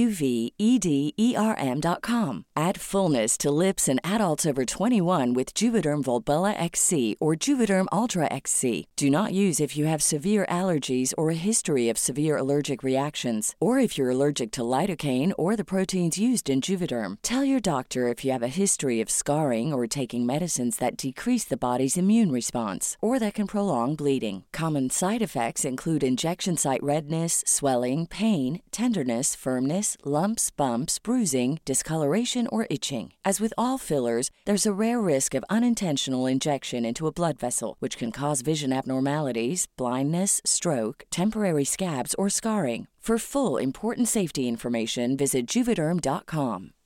JUVEDERM.com. Add fullness to lips in adults over 21 with Juvederm Volbella XC or Juvederm Ultra XC. Do not use if you have severe allergies or a history of severe allergic reactions, or if you're allergic to lidocaine or the proteins used in Juvederm. Tell your doctor if you have a history of scarring or taking medicines that decrease the body's immune response or that can prolong bleeding. Common side effects include injection site redness, swelling, pain, tenderness, firmness, lumps, bumps, bruising, discoloration, or itching. As with all fillers, there's a rare risk of unintentional injection into a blood vessel, which can cause vision abnormalities, blindness, stroke, temporary scabs, or scarring. For full, important safety information, visit Juvederm.com.